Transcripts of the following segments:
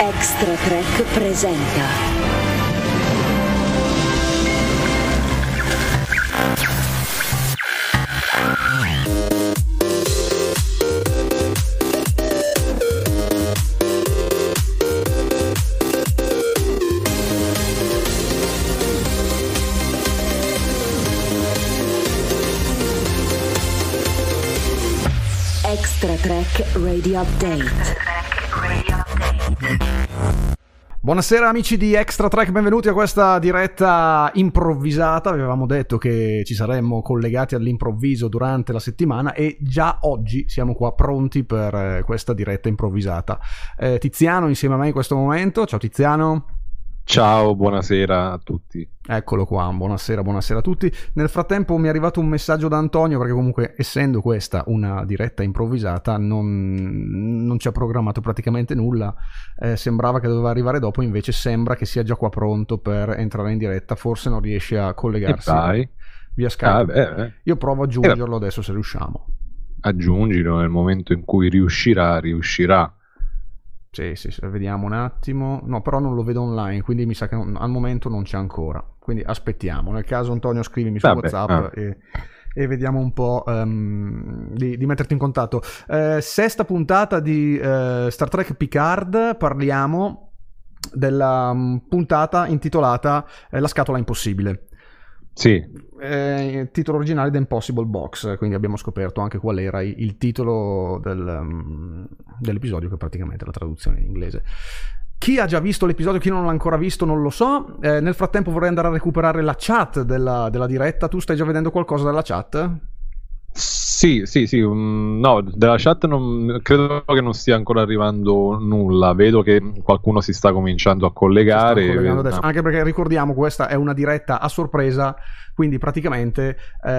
Extra Trek presenta Extra Trek Radio Update. Buonasera amici di Extra Trek, benvenuti a questa diretta improvvisata. Avevamo detto che ci saremmo collegati all'improvviso durante la settimana e già oggi siamo qua pronti per questa diretta improvvisata. Tiziano insieme a me in questo momento. Ciao Tiziano. Ciao, buonasera a tutti. Eccolo qua, buonasera a tutti. Nel frattempo mi è arrivato un messaggio da Antonio, perché comunque essendo questa una diretta improvvisata non ci ha programmato praticamente nulla. Sembrava che doveva arrivare dopo, invece sembra che sia già qua pronto per entrare in diretta. Forse non riesce a collegarsi via Skype. Io provo a aggiungerlo adesso se riusciamo. Aggiungilo, nel momento in cui riuscirà. Sì, vediamo un attimo. No, però non lo vedo online, quindi mi sa che al momento non c'è ancora. Quindi aspettiamo. Nel caso Antonio scrivimi su WhatsApp e vediamo un po' di metterti in contatto. Sesta puntata di Star Trek Picard. Parliamo della puntata intitolata La scatola impossibile. Sì. Titolo originale The Impossible Box, quindi abbiamo scoperto anche qual era il titolo dell'episodio, che è praticamente la traduzione in inglese. Chi ha già visto l'episodio, chi non l'ha ancora visto non lo so. Nel frattempo vorrei andare a recuperare la chat della diretta. Tu stai già vedendo qualcosa dalla chat? Sì. No, della chat credo che non stia ancora arrivando nulla. Vedo che qualcuno si sta cominciando a collegare. Adesso. Anche perché ricordiamo, questa è una diretta a sorpresa, quindi praticamente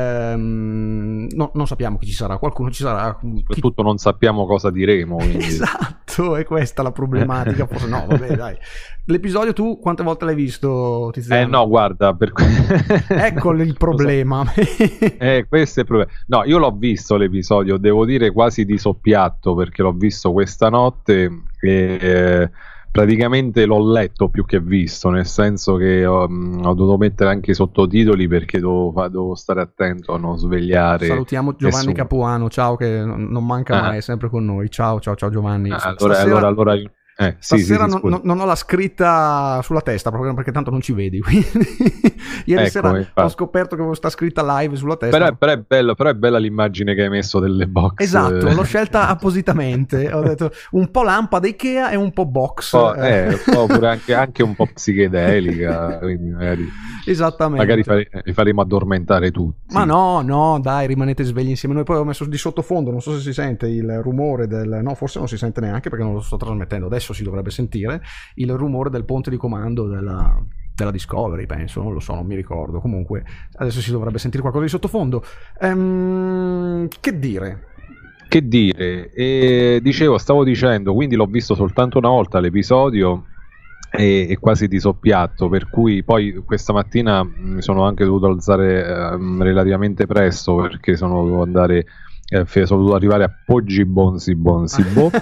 non sappiamo chi ci sarà. Qualcuno ci sarà. Soprattutto non sappiamo cosa diremo. Quindi. Esatto, è questa la problematica. Forse no, vabbè, dai. L'episodio tu quante volte l'hai visto, Tiziano? No, guarda, ecco il problema. Questo è il problema. No, io l'ho visto l'episodio, devo dire quasi di soppiatto, perché l'ho visto questa notte e praticamente l'ho letto più che visto, nel senso che ho dovuto mettere anche i sottotitoli perché devo stare attento a non svegliare. Salutiamo Giovanni Capuano, ciao, che non manca mai, è sempre con noi. Ciao Giovanni. Allora stasera non ho la scritta sulla testa, proprio perché tanto non ci vedi. Quindi ieri sera ho scoperto che avevo sta scritta live sulla testa. Però è bella l'immagine che hai messo delle box. Esatto, l'ho scelta appositamente. Ho detto un po' lampada Ikea e un po' box. Oppure anche un po' psichedelica. Quindi Esattamente. Magari li faremo addormentare tutti. Ma no, dai, rimanete svegli insieme a noi. Poi ho messo di sottofondo, non so se si sente il rumore no, forse non si sente neanche perché non lo sto trasmettendo. Adesso si dovrebbe sentire il rumore del ponte di comando della Discovery, penso, non lo so, non mi ricordo. Comunque adesso si dovrebbe sentire qualcosa di sottofondo. Che dire? Stavo dicendo, quindi l'ho visto soltanto una volta l'episodio e quasi di soppiatto, per cui poi questa mattina mi sono anche dovuto alzare relativamente presto perché sono dovuto arrivare a Poggi Bonsi Bo.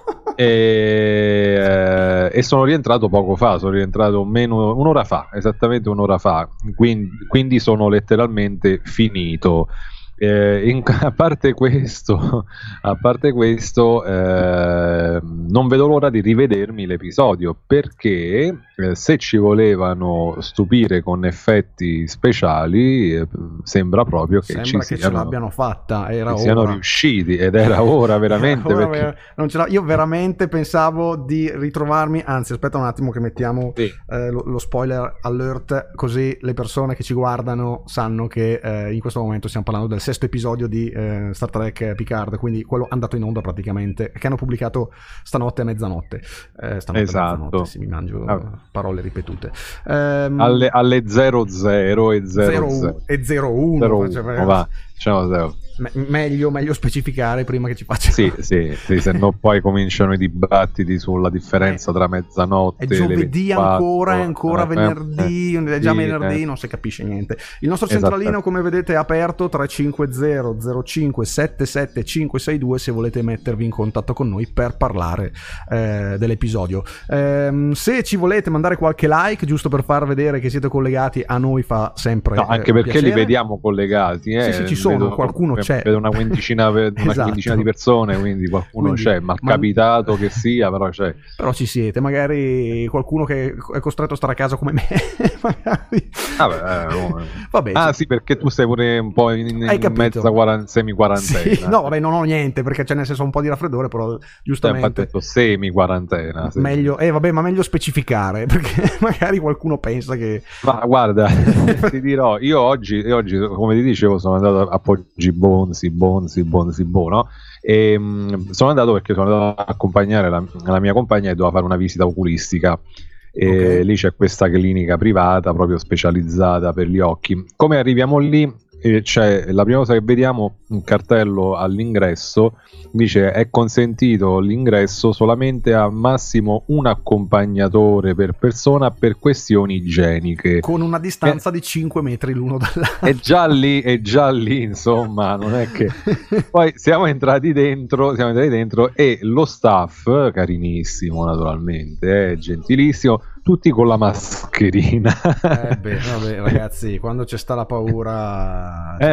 E sono rientrato poco fa, esattamente un'ora fa, quindi sono letteralmente finito. A parte questo, non vedo l'ora di rivedermi l'episodio, perché se ci volevano stupire con effetti speciali, sembra proprio che ce l'abbiano fatta, siano riusciti, ed era ora veramente. Io veramente pensavo di ritrovarmi, anzi aspetta un attimo che mettiamo lo spoiler alert, così le persone che ci guardano sanno che in questo momento stiamo parlando del sesto episodio di Star Trek Picard, quindi quello andato in onda praticamente, che hanno pubblicato stanotte a mezzanotte. Esatto. Mi mangio parole ripetute. Alle 00 e 00 e 01. Ciao Teo. Meglio specificare prima che ci faccia. Sì, se no poi cominciano i dibattiti sulla differenza tra mezzanotte è giovedì le 24, è ancora venerdì, è già venerdì, non si capisce niente. Il nostro centralino, come vedete, è aperto 350 05 77 562 se volete mettervi in contatto con noi per parlare dell'episodio. Se ci volete mandare qualche like, giusto per far vedere che siete collegati, a noi fa sempre anche perché piacere. Li vediamo collegati. Sì, ci sono, qualcuno c'è. Vedo una quindicina di persone, quindi qualcuno c'è, malcapitato che sia, però c'è. Però ci siete, magari qualcuno che è costretto a stare a casa come me. Magari. Vabbè, sì, perché tu sei pure un po' in mezza semi-quarantena. Sì, no, vabbè, non ho niente, perché c'è nel senso un po' di raffreddore, però giustamente. Infatti detto semi-quarantena. Sì. Meglio, ma meglio specificare, perché magari qualcuno pensa che... Ma guarda, ti dirò, io oggi, come ti dicevo, sono andato a Poggibonsi, no? E sono andato perché sono andato ad accompagnare la mia compagna e doveva fare una visita oculistica. E lì c'è questa clinica privata proprio specializzata per gli occhi. Come arriviamo lì? C'è la prima cosa che vediamo, un cartello all'ingresso, dice è consentito l'ingresso solamente a massimo un accompagnatore per persona per questioni igieniche, con una distanza di 5 metri l'uno dall'altro. È già lì, insomma, non è che poi siamo entrati dentro e lo staff, carinissimo naturalmente, gentilissimo, tutti con la mascherina. Vabbè, ragazzi, quando c'è sta la paura,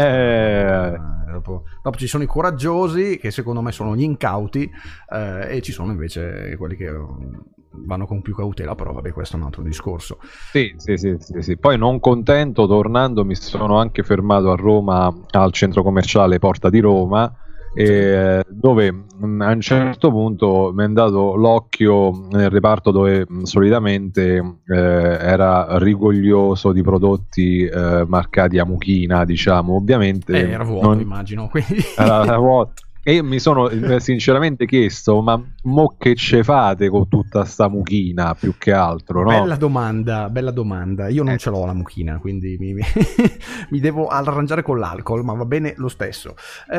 dopo ci sono i coraggiosi, che secondo me sono gli incauti, e ci sono invece quelli che vanno con più cautela, però vabbè, questo è un altro discorso. Sì. Poi, non contento, tornando mi sono anche fermato a Roma al centro commerciale Porta di Roma, dove a un certo punto mi è andato l'occhio nel reparto dove solitamente era rigoglioso di prodotti marcati a mucchina, diciamo. Ovviamente era vuoto, immagino, quindi. Era vuoto. E io mi sono sinceramente chiesto, ma mo che ce fate con tutta sta mucchina, più che altro, no? Bella domanda. Io non ce l'ho la mucchina, quindi mi devo arrangiare con l'alcol, ma va bene lo stesso.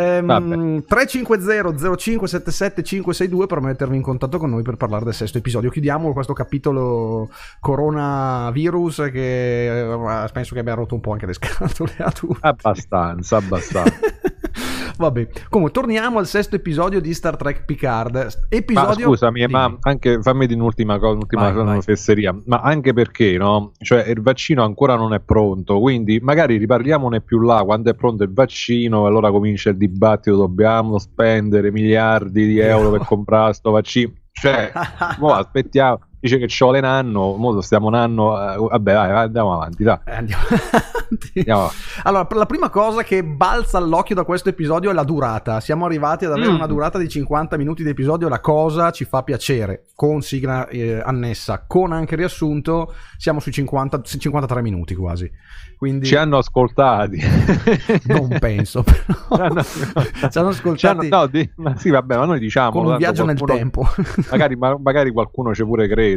350 05 77 562 per mettervi in contatto con noi per parlare del sesto episodio. Chiudiamo questo capitolo coronavirus che penso che abbia rotto un po' anche le scatole a tutti. Abbastanza. Vabbè, comunque torniamo al sesto episodio di Star Trek Picard. Ma scusami, ma anche fammi dire un'ultima fesseria, ma anche perché, no? Cioè, il vaccino ancora non è pronto, quindi magari riparliamone più là quando è pronto il vaccino, e allora comincia il dibattito, dobbiamo spendere miliardi di euro per comprare sto vaccino. Cioè, mo aspettiamo. Dice che ci vuole un anno, mo stiamo un anno, vabbè, vai, andiamo avanti, dai. Andiamo avanti. Allora, la prima cosa che balza all'occhio da questo episodio è la durata. Siamo arrivati ad avere una durata di 50 minuti di episodio, la cosa ci fa piacere, con sigla annessa, con anche riassunto, siamo sui 53 minuti quasi. Quindi ci hanno ascoltati. Non penso, però. Ci hanno ascoltati. Ma sì, vabbè, ma noi diciamo con un viaggio nel tempo. magari qualcuno ci pure crede.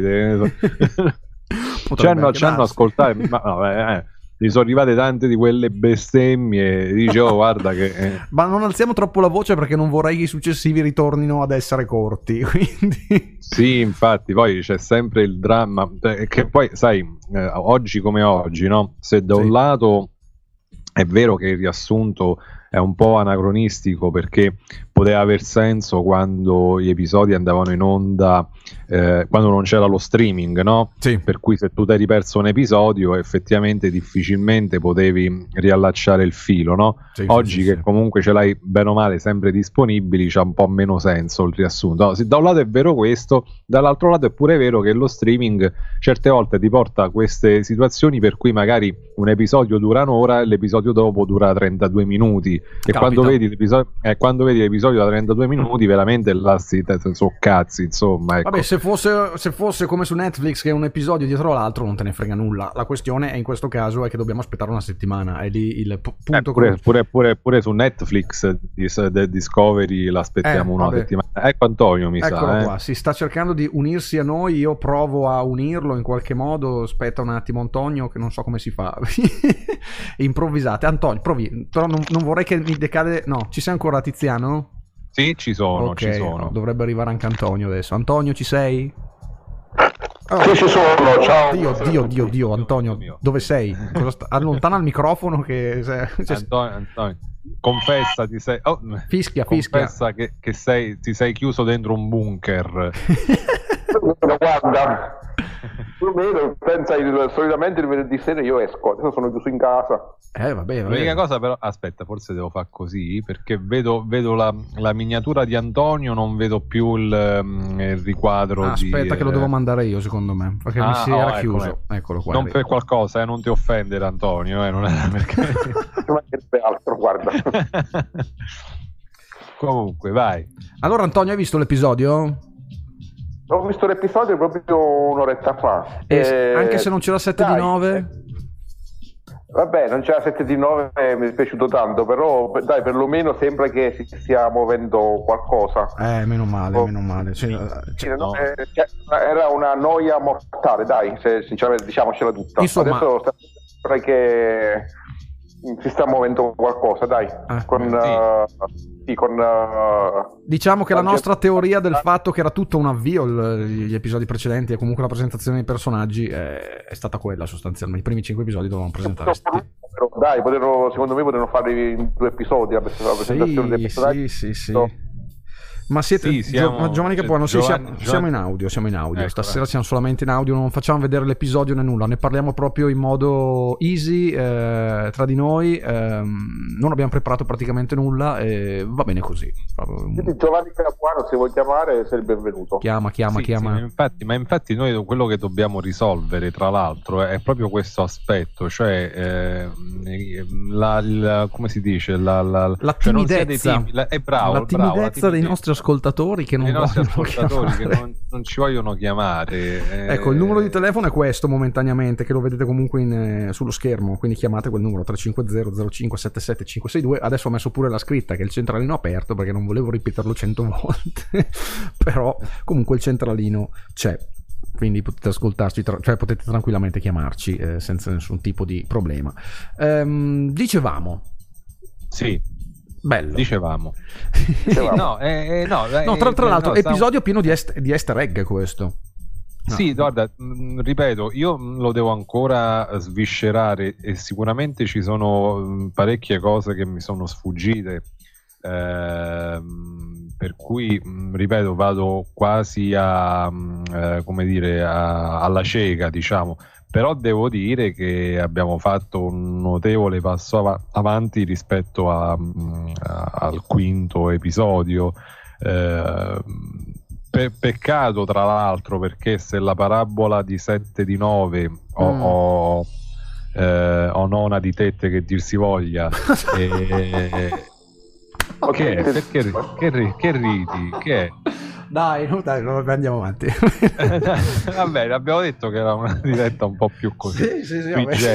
Ci hanno ascoltati, ma vabbè, gli sono arrivate tante di quelle bestemmie. Dicevo, guarda che ma non alziamo troppo la voce perché non vorrei che i successivi ritornino ad essere corti, quindi. Sì, infatti poi c'è sempre il dramma, che poi sai, oggi come oggi, no? Se da un lato è vero che il riassunto è un po' anacronistico, perché poteva aver senso quando gli episodi andavano in onda, quando non c'era lo streaming, no? Sì. Per cui se tu ti eri perso un episodio effettivamente difficilmente potevi riallacciare il filo, no? Sì, oggi che comunque ce l'hai bene o male sempre disponibili, c'ha un po' meno senso il riassunto. No, da un lato è vero questo, dall'altro lato è pure vero che lo streaming certe volte ti porta a queste situazioni per cui magari un episodio dura un'ora e l'episodio dopo dura 32 minuti. E quando vedi l'episodio da 32 minuti, veramente là sono cazzi, insomma, ecco. Vabbè, se fosse come su Netflix, che è un episodio dietro l'altro, non te ne frega nulla. La questione è, in questo caso, è che dobbiamo aspettare una settimana. È lì il punto. Pure su Netflix Discovery l'aspettiamo una settimana. Ecco Antonio, mi Eccolo sa. qua, si sta cercando di unirsi a noi. Io provo a unirlo in qualche modo. Aspetta un attimo, Antonio, che non so come si fa. Improvvisate. Antonio, provi. Però non vorrei che mi decade. No, ci sei ancora, Tiziano? Sì, ci sono, Ok, ci sono. dovrebbe arrivare anche Antonio adesso. Antonio, ci sei? Sì, ci sono, ciao. Dio, Antonio, dove sei? Allontana il microfono che... Antonio, confessa, Fischia. Confessa che ti sei chiuso dentro un bunker. Guarda, più o meno, pensa, solitamente il venerdì sera io esco, adesso sono chiuso in casa. Vabbè. L'unica cosa però, aspetta, forse devo fare così, perché vedo la miniatura di Antonio, non vedo più il riquadro. Aspetta che lo devo mandare io, secondo me, perché mi si era chiuso. Eccolo qua. Non per qualcosa, non ti offendere, Antonio, non è perché... altro, guarda. Comunque, vai. Allora, Antonio, hai visto l'episodio? Ho visto l'episodio proprio un'oretta fa. Anche se non c'era 7 di 9? Vabbè, non c'era 7 di 9, mi è piaciuto tanto, però dai, perlomeno sembra che si stia muovendo qualcosa. Meno male. Era una noia mortale, dai, sinceramente, diciamocela tutta. Insomma, adesso sembra che si sta muovendo qualcosa, dai. Diciamo che la nostra teoria del fatto che era tutto un avvio, gli episodi precedenti e comunque la presentazione dei personaggi è stata quella, sostanzialmente. I primi 5 episodi dovevano presentare. Dai, secondo me potevano fare in 2 episodi la presentazione dei personaggi. Sì. Ma siete giovani che poi siamo in audio. Ecco, stasera siamo solamente in audio, non facciamo vedere l'episodio né nulla, ne parliamo proprio in modo easy tra di noi. Non abbiamo preparato praticamente nulla e va bene così. Quindi Giovanni Capuano, se vuoi chiamare, sei il benvenuto. Chiama. Sì, ma infatti noi quello che dobbiamo risolvere, tra l'altro, è proprio questo aspetto, cioè come si dice, la timidezza, la timidezza dei nostri ascoltatori che non non ci vogliono chiamare. Ecco, il numero di telefono è questo momentaneamente, che lo vedete comunque sullo schermo, quindi chiamate quel numero 350 05 77 562. Adesso ho messo pure la scritta che è il centralino aperto perché non volevo ripeterlo 100 volte però comunque il centralino c'è, quindi potete ascoltarci, cioè potete tranquillamente chiamarci senza nessun tipo di problema. Dicevamo bello. Dicevamo. No, tra l'altro episodio pieno di easter egg questo. No. Sì, guarda, ripeto, io lo devo ancora sviscerare e sicuramente ci sono parecchie cose che mi sono sfuggite, per cui, ripeto, vado quasi come dire, alla cieca, diciamo. Però devo dire che abbiamo fatto un notevole passo avanti rispetto al quinto episodio. Peccato, tra l'altro, perché se la parabola di 7 di 9 o nona di tette che dir si voglia che ridi? Che è? Dai, andiamo avanti. Va bene, abbiamo detto che era una diretta un po' più così. Sì,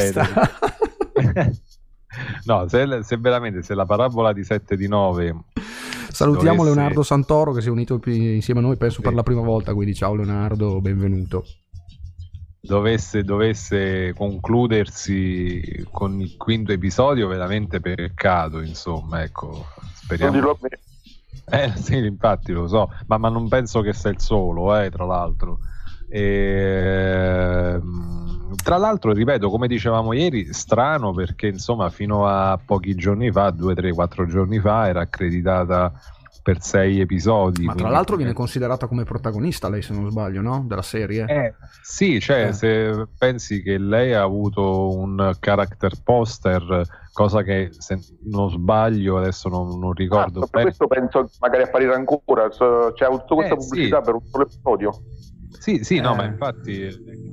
no, se veramente, se la parabola di 7 di 9 salutiamo Leonardo Santoro che si è unito insieme a noi, penso per la prima volta, quindi ciao Leonardo, benvenuto. Dovesse concludersi con il quinto episodio, veramente peccato, insomma, ecco, speriamo. Sì, infatti lo so, ma non penso che sia il solo, tra l'altro. Tra l'altro, ripeto, come dicevamo ieri, strano perché insomma fino a pochi giorni fa, 2, 3, 4 giorni fa, era accreditata per 6 episodi. Ma tra l'altro viene considerata come protagonista lei, se non sbaglio, no? Della serie. Sì, cioè se pensi che lei ha avuto un character poster, cosa che, se non sbaglio, adesso non ricordo bene. Per questo penso magari apparirà ancora, c'è avuto questa pubblicità per un solo episodio. Sì, no, ma infatti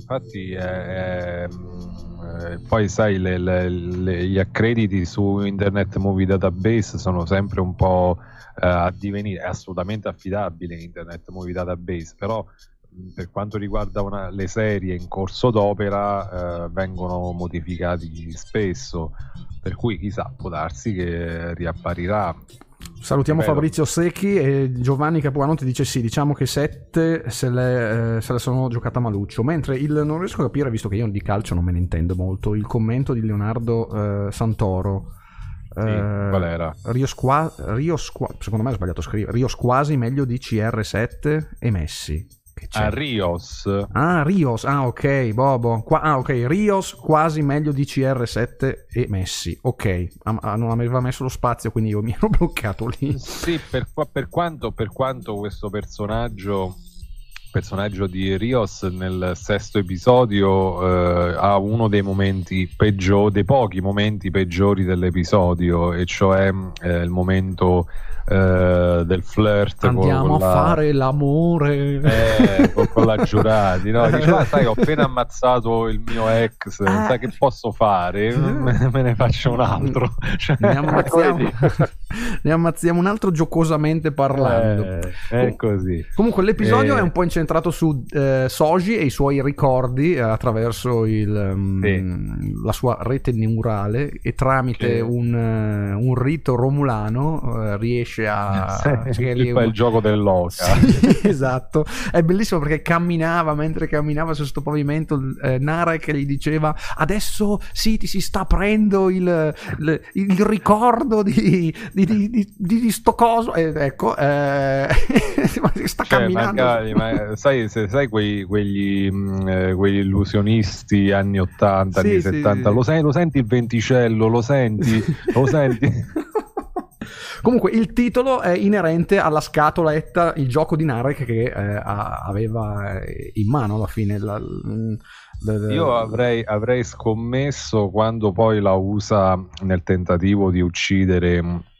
poi sai, gli accrediti su Internet Movie Database sono sempre un po' a divenire. È assolutamente affidabile Internet Movie Database, però per quanto riguarda le serie in corso d'opera vengono modificati spesso, per cui chissà, può darsi che riapparirà. Salutiamo Fabrizio Secchi e Giovanni Capuano dice sì, diciamo che 7 se la sono giocata maluccio, mentre non riesco a capire, visto che io di calcio non me ne intendo molto, il commento di Leonardo Santoro. Qual era? Secondo me ho sbagliato a scrivere. Rios quasi meglio di CR7 e Messi. Rios. Ok, Bobo. Ok, Rios quasi meglio di CR7 e Messi. Ok, non aveva messo lo spazio, quindi io mi ero bloccato lì. Sì, per quanto questo personaggio di Rios nel sesto episodio ha uno dei momenti dei pochi momenti peggiori dell'episodio, e cioè il momento del flirt. Andiamo a fare l'amore con la Giurati, no? Dice, sai, ho appena ammazzato il mio ex, sai che posso fare? Me ne faccio un altro. Ne ammazziamo un altro giocosamente parlando. È così. Comunque l'episodio è un po' incentrato su Soji e i suoi ricordi attraverso la sua rete neurale, e tramite un rito romulano riesce a il gioco dell'oca. Sì, esatto, è bellissimo perché mentre camminava su questo pavimento, Narek gli diceva adesso sì, ti si sta aprendo il ricordo di sto coso, ecco, sta camminando. Ma sai quegli illusionisti anni 80, anni 70, sì. Lo senti il venticello, lo senti. Comunque il titolo è inerente alla scatoletta, il gioco di Narek che aveva in mano alla fine. Io avrei scommesso, quando poi la usa nel tentativo di uccidere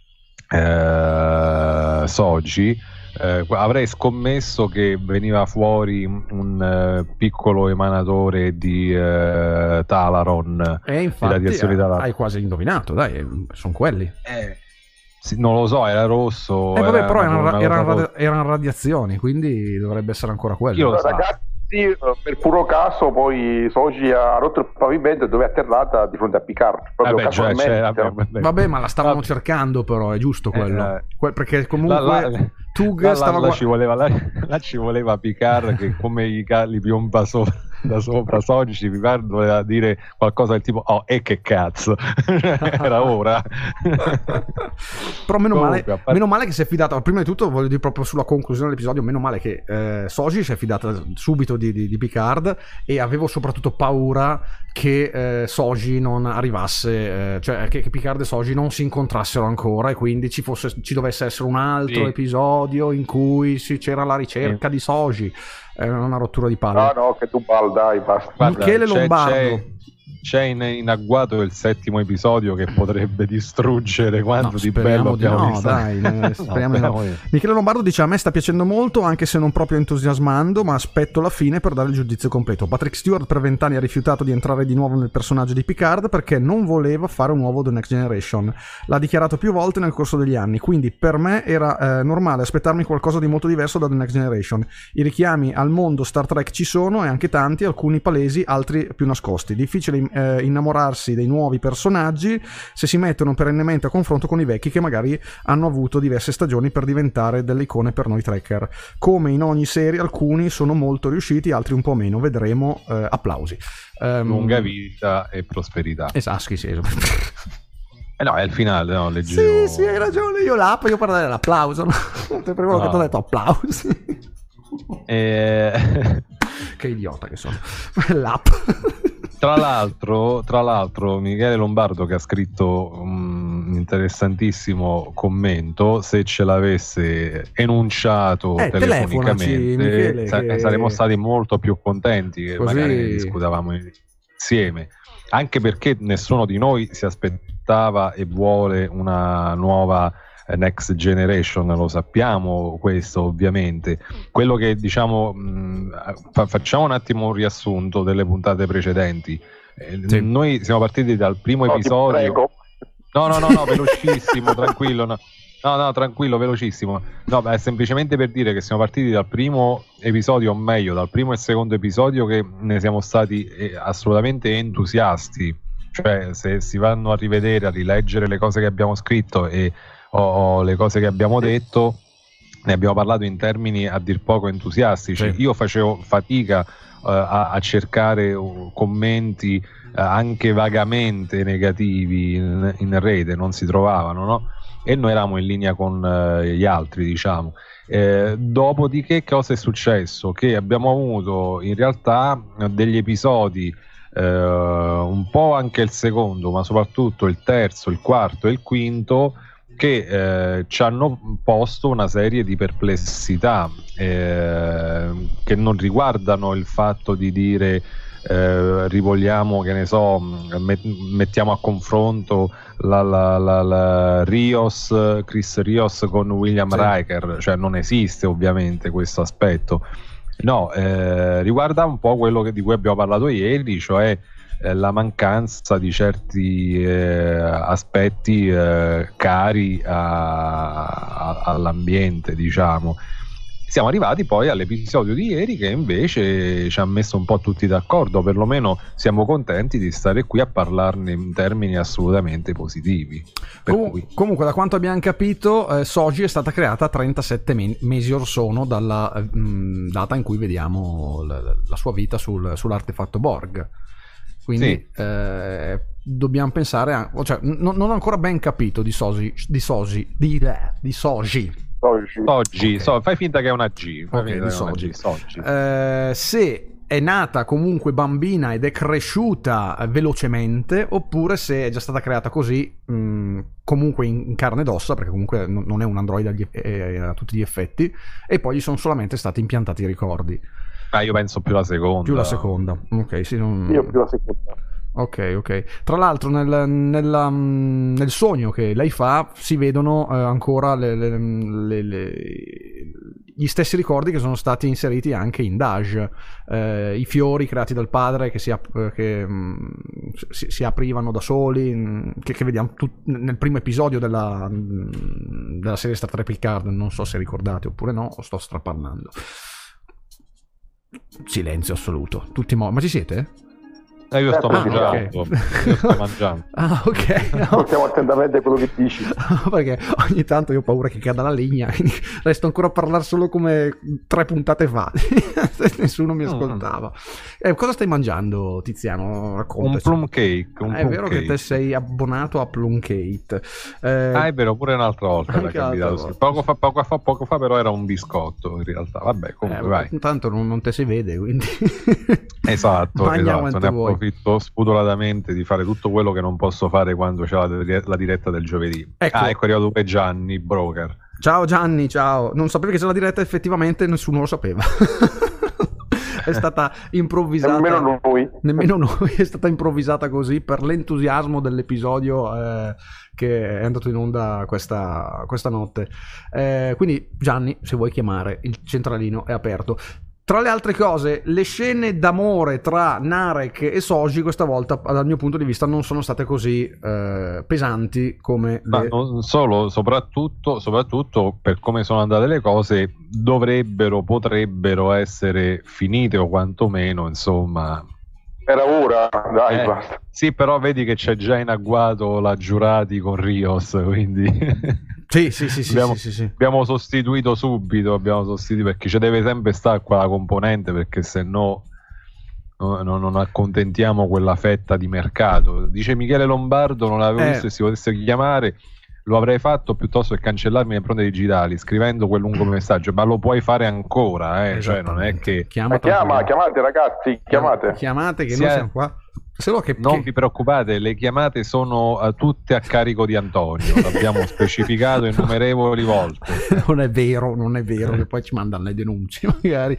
Soji, avrei scommesso che veniva fuori un piccolo emanatore di Talaron, e infatti radiazioni Talaron. Hai quasi indovinato, dai, sono quelli. Sì, non lo so, era rosso. Vabbè, però erano radiazioni, quindi dovrebbe essere ancora quello. Ragazzi, per puro caso poi Soji ha rotto il pavimento dove è atterrata di fronte a Picard. Vabbè, ma la stavano cercando, però è giusto quello. Perché comunque Tug stava là ci voleva Picard che come gli piomba da sopra Soji, Picard voleva dire qualcosa del tipo e che cazzo. Era ora. Però meno male che si è fidata. Prima di tutto voglio dire, proprio sulla conclusione dell'episodio, meno male che Soji si è fidata subito di Picard, e avevo soprattutto paura che Soji non arrivasse, cioè che Picard e Soji non si incontrassero ancora, e quindi ci dovesse essere un altro episodio in cui c'era la ricerca di Soji. È una rottura di palle. No, che tu dai, basta. Michele Lombardo. C'è in agguato il settimo episodio che potrebbe distruggere quanto di bello abbiamo visto. Speriamo di no. Michele Lombardo dice: a me sta piacendo molto, anche se non proprio entusiasmando, ma aspetto la fine per dare il giudizio completo. Patrick Stewart per 20 anni ha rifiutato di entrare di nuovo nel personaggio di Picard perché non voleva fare un nuovo The Next Generation. L'ha dichiarato più volte nel corso degli anni, quindi per me era normale aspettarmi qualcosa di molto diverso da The Next Generation. I richiami al mondo Star Trek ci sono, e anche tanti, alcuni palesi, altri più nascosti. Difficile innamorarsi dei nuovi personaggi se si mettono perennemente a confronto con i vecchi, che magari hanno avuto diverse stagioni per diventare delle icone per noi trekker. Come in ogni serie, alcuni sono molto riusciti, altri un po' meno. Vedremo. Applausi. Lunga vita e prosperità. Esatto, sì. No, è il finale, no? Leggevo... Sì, hai ragione. Io per dare l'applauso. Per primo che ti ho detto applausi. Che idiota che sono. L'app. Tra l'altro Michele Lombardo, che ha scritto un interessantissimo commento, se ce l'avesse enunciato telefonicamente Michele, saremmo stati molto più contenti, che così... magari discutavamo insieme, anche perché nessuno di noi si aspettava e vuole una nuova Next Generation, lo sappiamo questo ovviamente. Quello che diciamo, facciamo un attimo un riassunto delle puntate precedenti. Noi siamo partiti dal primo episodio. No, velocissimo, tranquillo. No. No, tranquillo, velocissimo. No, beh, è semplicemente per dire che siamo partiti dal primo episodio, o meglio, dal primo e secondo episodio, che ne siamo stati assolutamente entusiasti. Cioè, se si vanno a rivedere, a rileggere le cose che abbiamo scritto o le cose che abbiamo detto, ne abbiamo parlato in termini a dir poco entusiastici. Sì. Io facevo fatica a cercare commenti anche vagamente negativi in rete, non si trovavano, no? E noi eravamo in linea con gli altri, diciamo. Dopodiché cosa è successo? Che abbiamo avuto in realtà degli episodi, un po' anche il secondo, ma soprattutto il terzo, il quarto e il quinto, che ci hanno posto una serie di perplessità che non riguardano il fatto di dire rivogliamo, che ne so, mettiamo a confronto Chris Rios con William Riker, cioè non esiste ovviamente questo aspetto. No, riguarda un po' quello di cui abbiamo parlato ieri, cioè la mancanza di certi aspetti cari all'ambiente, diciamo. Siamo arrivati poi all'episodio di ieri che invece ci ha messo un po' tutti d'accordo, perlomeno siamo contenti di stare qui a parlarne in termini assolutamente positivi. Comunque, da quanto abbiamo capito, Soji è stata creata 37 mesi or sono dalla data in cui vediamo la sua vita sull'artefatto Borg. Quindi dobbiamo pensare cioè, non ho ancora ben capito di Soji. Oggi, fai finta che è una G. Soji. Se è nata comunque bambina ed è cresciuta velocemente, oppure se è già stata creata così, comunque in carne ed ossa, perché comunque non è un androide a tutti gli effetti, e poi gli sono solamente stati impiantati i ricordi. Io penso più la seconda. Ok, sì, io più la seconda. Ok. Tra l'altro nel sogno che lei fa si vedono ancora gli stessi ricordi che sono stati inseriti anche in Daj, i fiori creati dal padre che si aprivano da soli, che vediamo nel primo episodio della serie Star Trek Picard. Non so se ricordate oppure no, o sto straparlando. Silenzio assoluto, ma ci siete? Io sto mangiando. Okay. Io sto mangiando. Ok. Ascoltiamo attentamente quello che dici. Perché ogni tanto io ho paura che cada la linea, quindi resto ancora a parlare solo come 3 puntate fa. Nessuno mi ascoltava. Cosa stai mangiando, Tiziano? Raccontaci. Un plum cake. È vero che te sei abbonato a Plum Cake. È vero, pure un'altra volta l'ha cambiato. Poco fa però era un biscotto in realtà. Vabbè, comunque vai. Intanto non te si vede, quindi esatto. Ne vuoi. approfitto spudoratamente di fare tutto quello che non posso fare quando c'è la diretta del giovedì. Ecco è arrivato pure Gianni, broker. Ciao Gianni, ciao. Non sapevi che c'è la diretta, effettivamente nessuno lo sapeva. È stata improvvisata. Nemmeno noi è stata improvvisata così per l'entusiasmo dell'episodio che è andato in onda questa notte. Quindi Gianni, se vuoi chiamare, il centralino è aperto. Tra le altre cose, le scene d'amore tra Narek e Soji questa volta, dal mio punto di vista, non sono state così pesanti come ma non solo, soprattutto per come sono andate le cose, potrebbero essere finite, o quantomeno, insomma, era ora, dai, basta. Sì, però vedi che c'è già in agguato la Giurati con Rios, quindi sì. Abbiamo sostituito subito, perché ci deve sempre stare quella componente, perché se no non accontentiamo quella fetta di mercato. Dice Michele Lombardo, non l'avevo visto, e si potesse chiamare, lo avrei fatto piuttosto che cancellarmi le impronte digitali scrivendo quel lungo messaggio, ma lo puoi fare ancora, cioè non è che chiamate ragazzi, chiamate che noi siamo qua. Non vi preoccupate, le chiamate sono tutte a carico di Antonio, l'abbiamo specificato innumerevoli volte. Non è vero che poi ci mandano le denunce magari.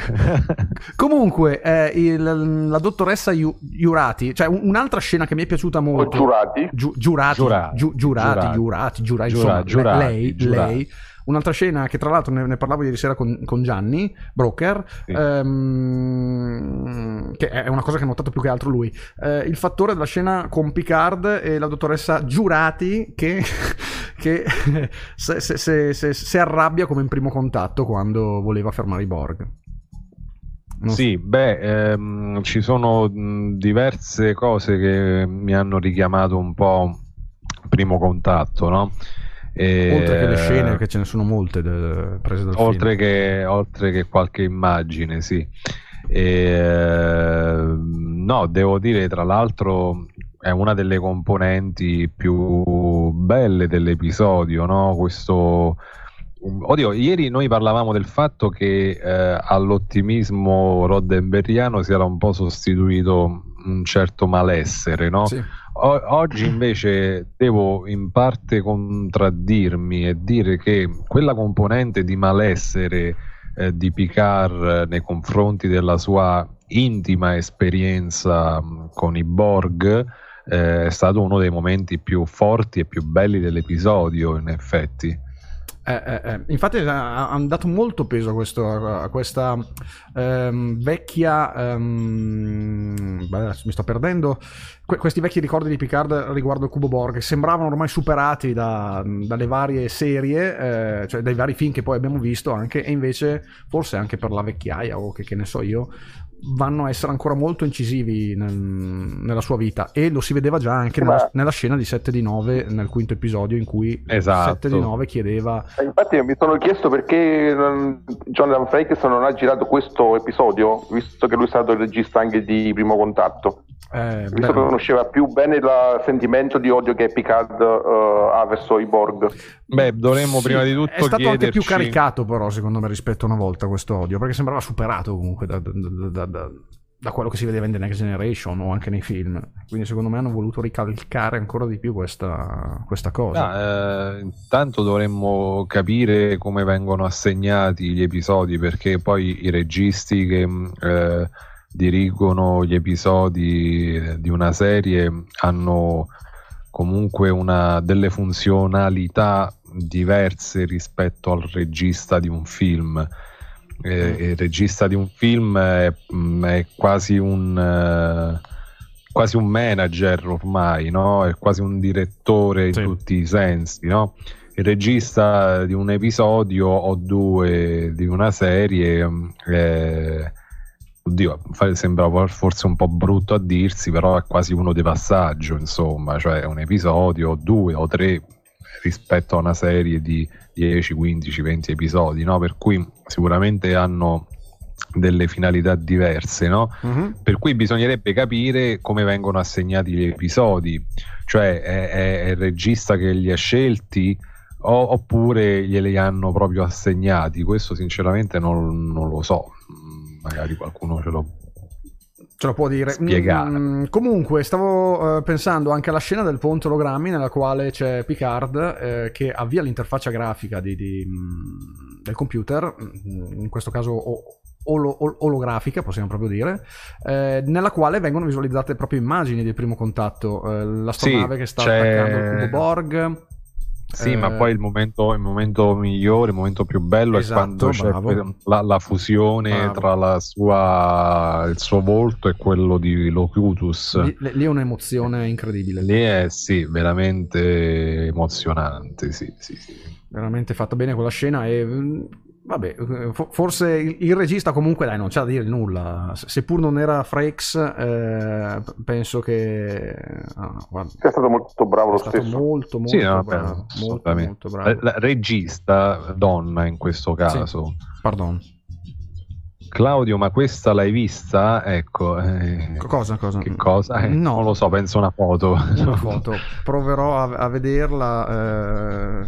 Comunque la dottoressa Giurati, cioè un'altra scena che mi è piaciuta molto. Giurati, insomma, lei Un'altra scena che tra l'altro ne parlavo ieri sera con Gianni Broker, Sì. che è una cosa che ha notato più che altro lui, il fattore della scena con Picard e la dottoressa Giurati che se arrabbia come in Primo Contatto quando voleva fermare i Borg. Sì, ci sono diverse cose che mi hanno richiamato un po' Primo Contatto, no? Oltre che le scene, che ce ne sono molte prese dal film. Oltre che qualche immagine, sì. No, devo dire, tra l'altro è una delle componenti più belle dell'episodio, no? Questo... Oddio, ieri noi parlavamo del fatto che all'ottimismo roddenberriano si era un po' sostituito un certo malessere, no? Sì. Oggi invece devo in parte contraddirmi e dire che quella componente di malessere di Picard nei confronti della sua intima esperienza con i Borg è stato uno dei momenti più forti e più belli dell'episodio, in effetti. Infatti hanno dato molto peso a questa vecchia mi sto perdendo questi vecchi ricordi di Picard riguardo il Cubo Borg, che sembravano ormai superati dalle varie serie, cioè dai vari film che poi abbiamo visto anche, e invece forse anche per la vecchiaia o che ne so io vanno a essere ancora molto incisivi nella sua vita, e lo si vedeva già anche nella scena di 7 di 9 nel quinto episodio in cui 7 di 9 chiedeva. Infatti mi sono chiesto perché Jonathan Frakes non ha girato questo episodio, visto che lui è stato il regista anche di Primo Contatto, visto che conosceva più bene il sentimento di odio che Picard ha verso i Borg. Dovremmo prima di tutto è stato chiederci... anche più caricato però secondo me rispetto a una volta questo odio, perché sembrava superato comunque da quello che si vedeva in The Next Generation o anche nei film, quindi secondo me hanno voluto ricalcare ancora di più questa cosa. Intanto dovremmo capire come vengono assegnati gli episodi, perché poi i registi che dirigono gli episodi di una serie hanno comunque delle funzionalità diverse rispetto al regista di un film. Il regista di un film è quasi un manager ormai, no? È quasi un direttore in tutti i sensi, no? Il regista di un episodio o due di una serie oddio, sembra forse un po' brutto a dirsi, però è quasi uno di passaggio, insomma, cioè un episodio o due o tre rispetto a una serie di 10, 15, 20 episodi, no? Per cui sicuramente hanno delle finalità diverse, no? Per cui bisognerebbe capire come vengono assegnati gli episodi, cioè è il regista che li ha scelti oppure glieli hanno proprio assegnati. Questo sinceramente non lo so, magari qualcuno ce lo può dire. Spiegare. Comunque stavo pensando anche alla scena del ponte ologrammi nella quale c'è Picard che avvia l'interfaccia grafica del computer, in questo caso olografica possiamo proprio dire, nella quale vengono visualizzate proprio immagini del Primo Contatto, l'astronave che sta attaccando il Cubo Borg. Sì, ma poi il momento migliore, il momento più bello è quando c'è la fusione tra il suo volto e quello di Locutus. Lì è un'emozione incredibile. Lì è veramente emozionante, sì. Veramente fatta bene quella scena e... Vabbè, forse il regista comunque non c'ha da dire nulla, seppur non era Frakes, penso che sia stato molto bravo lo stesso. Molto bravo. Molto bravo. La regista donna in questo caso. Sì. Pardon. Claudio, ma questa l'hai vista? Ecco. Cosa? Che cosa? No. Non lo so, penso una foto. Una foto. Proverò a vederla.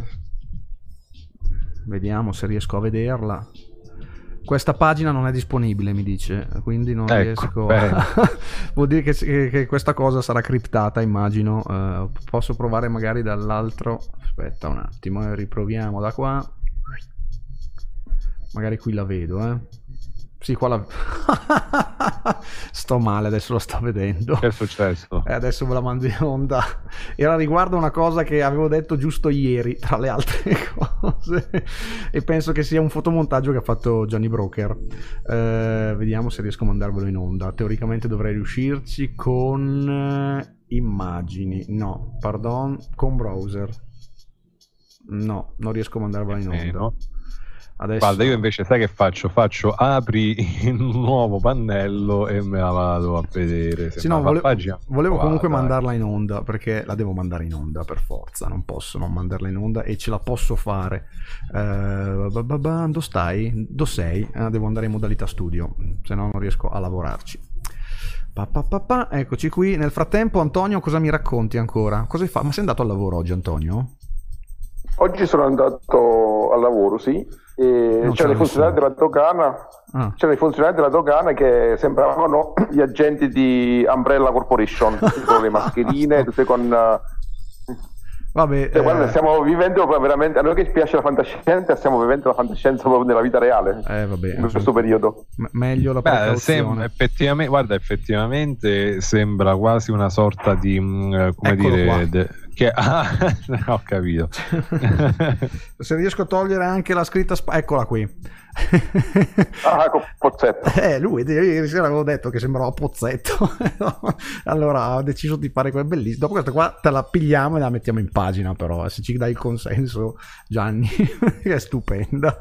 Vediamo se riesco a vederla. Questa pagina non è disponibile, mi dice, quindi non riesco vuol dire che questa cosa sarà criptata, immagino. Posso provare magari dall'altro. Aspetta un attimo, riproviamo da qua. Magari qui la vedo, Sì, qua la... sto male, adesso lo sto vedendo. Che è successo? Adesso ve la mando in onda. Era riguardo una cosa che avevo detto giusto ieri, tra le altre cose, e penso che sia un fotomontaggio che ha fatto Johnny Broker. Vediamo se riesco a mandarvelo in onda. Teoricamente dovrei riuscirci con immagini. No, pardon, con browser. No, non riesco a mandarvela in onda. No. Adesso... Guarda, io invece sai che faccio? Apri il nuovo pannello e me la vado a vedere. Sì, no, volevo comunque mandarla in onda, perché la devo mandare in onda per forza, non posso non mandarla in onda e ce la posso fare. Dove stai? Dove sei? Devo andare in modalità studio, se no non riesco a lavorarci. Eccoci qui. Nel frattempo, Antonio, cosa mi racconti ancora? Cosa hai fatto? Ma sei andato al lavoro oggi, Antonio? Oggi sono andato al lavoro, sì. E c'erano i funzionari della dogana, c'erano i funzionari della dogana che sembravano gli agenti di Umbrella Corporation, con le mascherine, tutte con... Vabbè, guarda, stiamo vivendo veramente, a noi che piace la fantascienza, stiamo vivendo la fantascienza proprio nella vita reale, vabbè, in questo periodo. Meglio la precauzione. Effettivamente sembra quasi una sorta di come dire ho capito. Se riesco a togliere anche la scritta eccola qui. Ecco Pozzetto. Lui ieri sera avevo detto che sembrava Pozzetto. Allora ho deciso di fare quella bellissima. Dopo questa qua te la pigliamo e la mettiamo in pagina, però se ci dai il consenso, Gianni. Che è stupenda.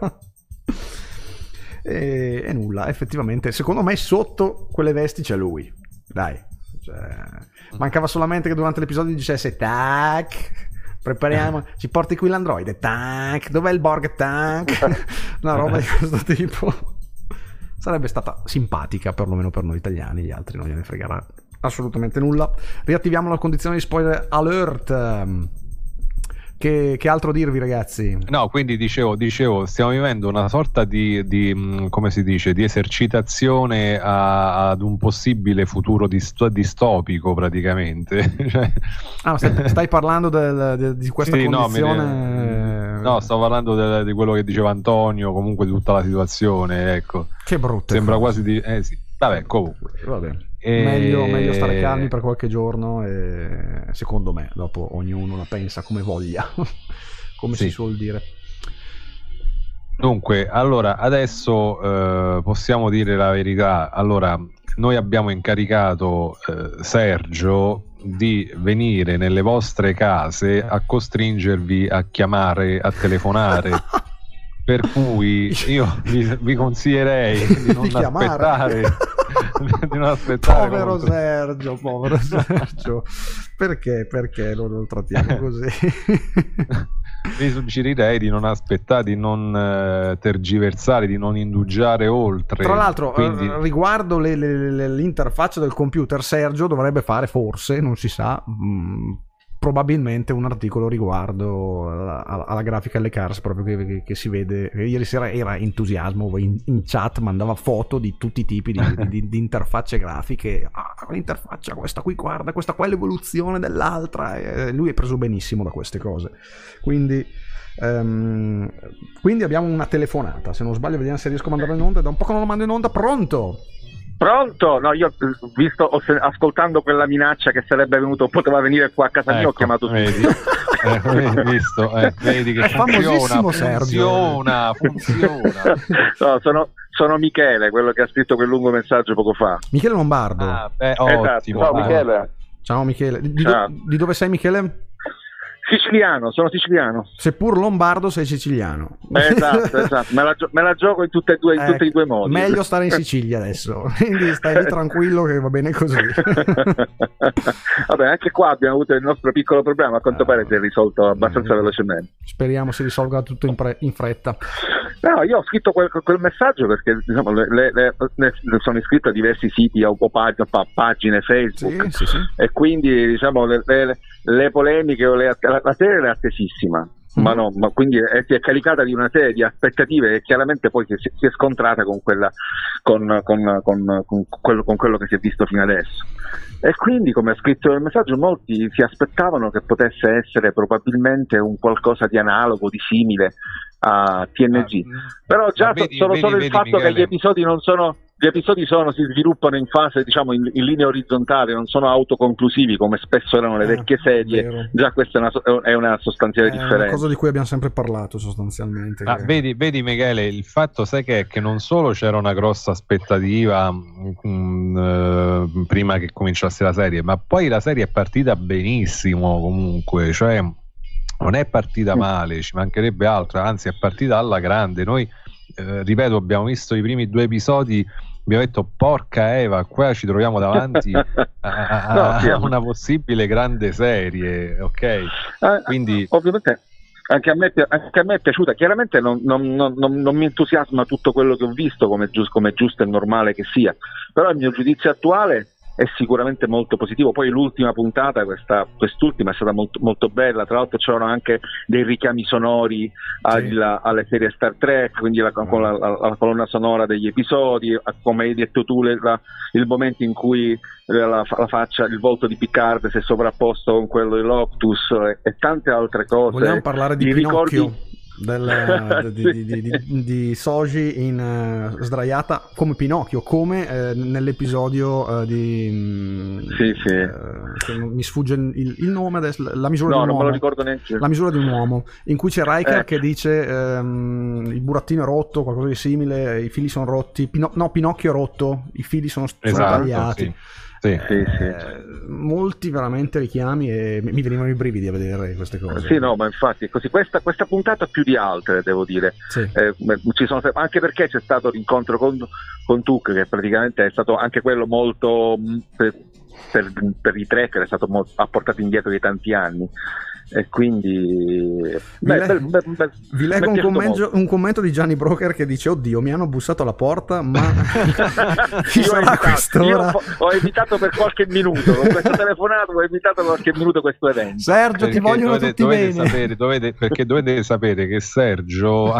E nulla, effettivamente secondo me sotto quelle vesti c'è lui, dai, mancava solamente che durante l'episodio dicesse tac, prepariamo, ci porti qui l'androide, tac, dov'è il Borg, tac, una roba di questo tipo. Sarebbe stata simpatica, perlomeno per noi italiani, gli altri non gliene fregherà assolutamente nulla. Riattiviamo la condizione di spoiler alert. Che altro dirvi, ragazzi? No, quindi dicevo, stiamo vivendo una sorta di come si dice, di esercitazione ad un possibile futuro distopico, praticamente. Stai parlando di questa condizione? No, sto parlando di quello che diceva Antonio, comunque di tutta la situazione, ecco. Che brutto. Sembra quasi di... sì. Vabbè, comunque. Vabbè. Meglio stare calmi per qualche giorno e secondo me dopo ognuno la pensa come voglia, come si suol dire. Dunque, allora adesso possiamo dire la verità. Allora, noi abbiamo incaricato Sergio di venire nelle vostre case a costringervi a chiamare, a telefonare. Per cui io vi consiglierei di non aspettare. Povero Sergio. Perché non lo trattiamo così? Vi suggerirei di non aspettare, di non tergiversare, di non indugiare oltre. Tra l'altro, riguardo l'interfaccia del computer, Sergio dovrebbe fare, forse, non si sa, probabilmente un articolo riguardo alla grafica alle cars, proprio che si vede. Ieri sera era entusiasmo, in chat mandava foto di tutti i tipi di interfacce grafiche. L'interfaccia questa qui, guarda, questa qua è l'evoluzione dell'altra, lui è preso benissimo da queste cose, quindi abbiamo una telefonata, se non sbaglio, vediamo se riesco a mandarla in onda. Da un po' che non lo mando in onda. Pronto? No, io ascoltando quella minaccia che sarebbe venuto, poteva venire qua a casa mia, ho chiamato vedi, visto, vedi che è famosissimo funziona. No, sono Michele, quello che ha scritto quel lungo messaggio poco fa. Michele Lombardo. Ottimo. Ciao Michele. Ciao Michele. Di dove sei, Michele? Siciliano, sono siciliano. Seppur lombardo, sei siciliano. Esatto. Me la gioco in tutti e due modi. Meglio stare in Sicilia adesso, quindi stai lì tranquillo che va bene così. Vabbè, anche qua abbiamo avuto il nostro piccolo problema, a quanto pare si è risolto abbastanza velocemente. Speriamo si risolva tutto in fretta. No, io ho scritto quel messaggio perché diciamo, sono iscritto a diversi siti o pagine Facebook, sì. E quindi diciamo le polemiche o la serie è attesissima. ma quindi si è caricata di una serie di aspettative e chiaramente poi si è scontrata con quello che si è visto fino adesso. E quindi, come ha scritto nel messaggio, molti si aspettavano che potesse essere probabilmente un qualcosa di analogo, di simile a TNG, però già solo il fatto Michele, che gli episodi si sviluppano in fase, diciamo, in linea orizzontale, non sono autoconclusivi come spesso erano le vecchie serie, vero. Già questa è una sostanziale differenza. È una cosa di cui abbiamo sempre parlato sostanzialmente. Vedi Michele, il fatto sai che non solo c'era una grossa aspettativa prima che cominciasse la serie, ma poi la serie è partita benissimo comunque, cioè non è partita male, ci mancherebbe altro, anzi è partita alla grande. Noi ripeto, abbiamo visto i primi 2 episodi, abbiamo detto porca Eva, qua ci troviamo davanti a una possibile grande serie, ok? Quindi ovviamente anche a me è piaciuta. Chiaramente non mi entusiasma tutto quello che ho visto, come giusto e normale che sia, però il mio giudizio attuale è sicuramente molto positivo. Poi l'ultima puntata, quest'ultima è stata molto, molto bella, tra l'altro c'erano anche dei richiami sonori alle serie Star Trek, quindi la colonna sonora degli episodi, come hai detto tu, il momento in cui la faccia, il volto di Picard si è sovrapposto con quello di Loctus e tante altre cose. Vogliamo parlare di Pinocchio? Di Soji sdraiata come Pinocchio, come nell'episodio di mi sfugge il nome adesso, la misura di un uomo, non me lo ricordo neanche. La misura di un uomo, in cui c'è Riker che dice il burattino è rotto, qualcosa di simile, i fili sono rotti, Pinocchio è rotto, i fili sono tagliati. Sì. Molti veramente richiami e mi venivano i brividi a vedere queste cose. Sì, no, ma infatti è così. Questa puntata più di altre, devo dire. Sì. Ci sono, anche perché c'è stato l'incontro con Tuk, che praticamente è stato anche quello molto per i tracker, è stato ha portato indietro di tanti anni. E quindi vi leggo un commento di Gianni Broker che dice: oddio, mi hanno bussato alla porta, ma chi sarà quest'ora? Ho evitato per qualche minuto con questa telefonata, ho evitato per qualche minuto questo evento. Sergio, ti vogliono tutti bene. Perché dovete sapere che Sergio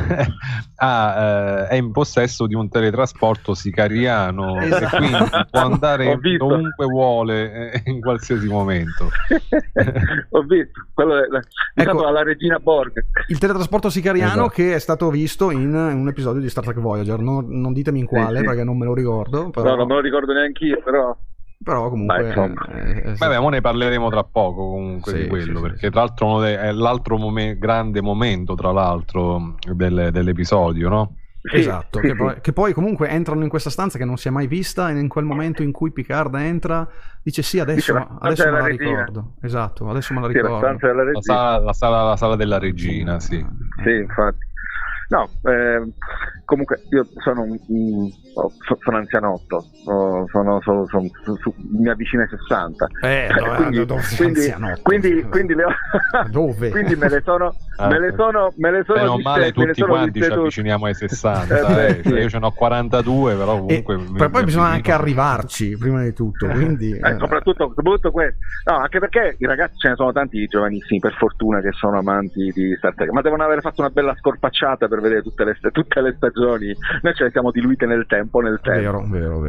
è in possesso di un teletrasporto sicariano, e quindi può andare dovunque vuole in qualsiasi momento. Ho visto. Quello è stato alla regina Borg, il teletrasporto sicariano, esatto, che è stato visto in un episodio di Star Trek Voyager, non ditemi in quale, sì, perché non me lo ricordo, però... no, non me lo ricordo neanche io, però comunque vabbè, mo ne parleremo tra poco comunque di quello, perché tra l'altro è l'altro grande momento, tra l'altro, dell'episodio, no? Esatto, che poi comunque entrano in questa stanza che non si è mai vista, e in quel momento in cui Picard entra dice sì, adesso me la ricordo. Esatto, adesso me la ricordo. La sala della regina, sì. Sì, infatti. No, comunque io sono anzianotto, mi avvicino ai 60. Quindi dove? Quindi me le sono non male, tutti quanti ci avviciniamo ai 60. Sì. Io ce n'ho 42, però comunque poi bisogna anche arrivarci prima di tutto, quindi soprattutto questo. No, anche perché i ragazzi, ce ne sono tanti giovanissimi, per fortuna, che sono amanti di Star Trek, ma devono aver fatto una bella scorpacciata per vedere tutte le stagioni. Noi ce le siamo diluite nel tempo. Vero.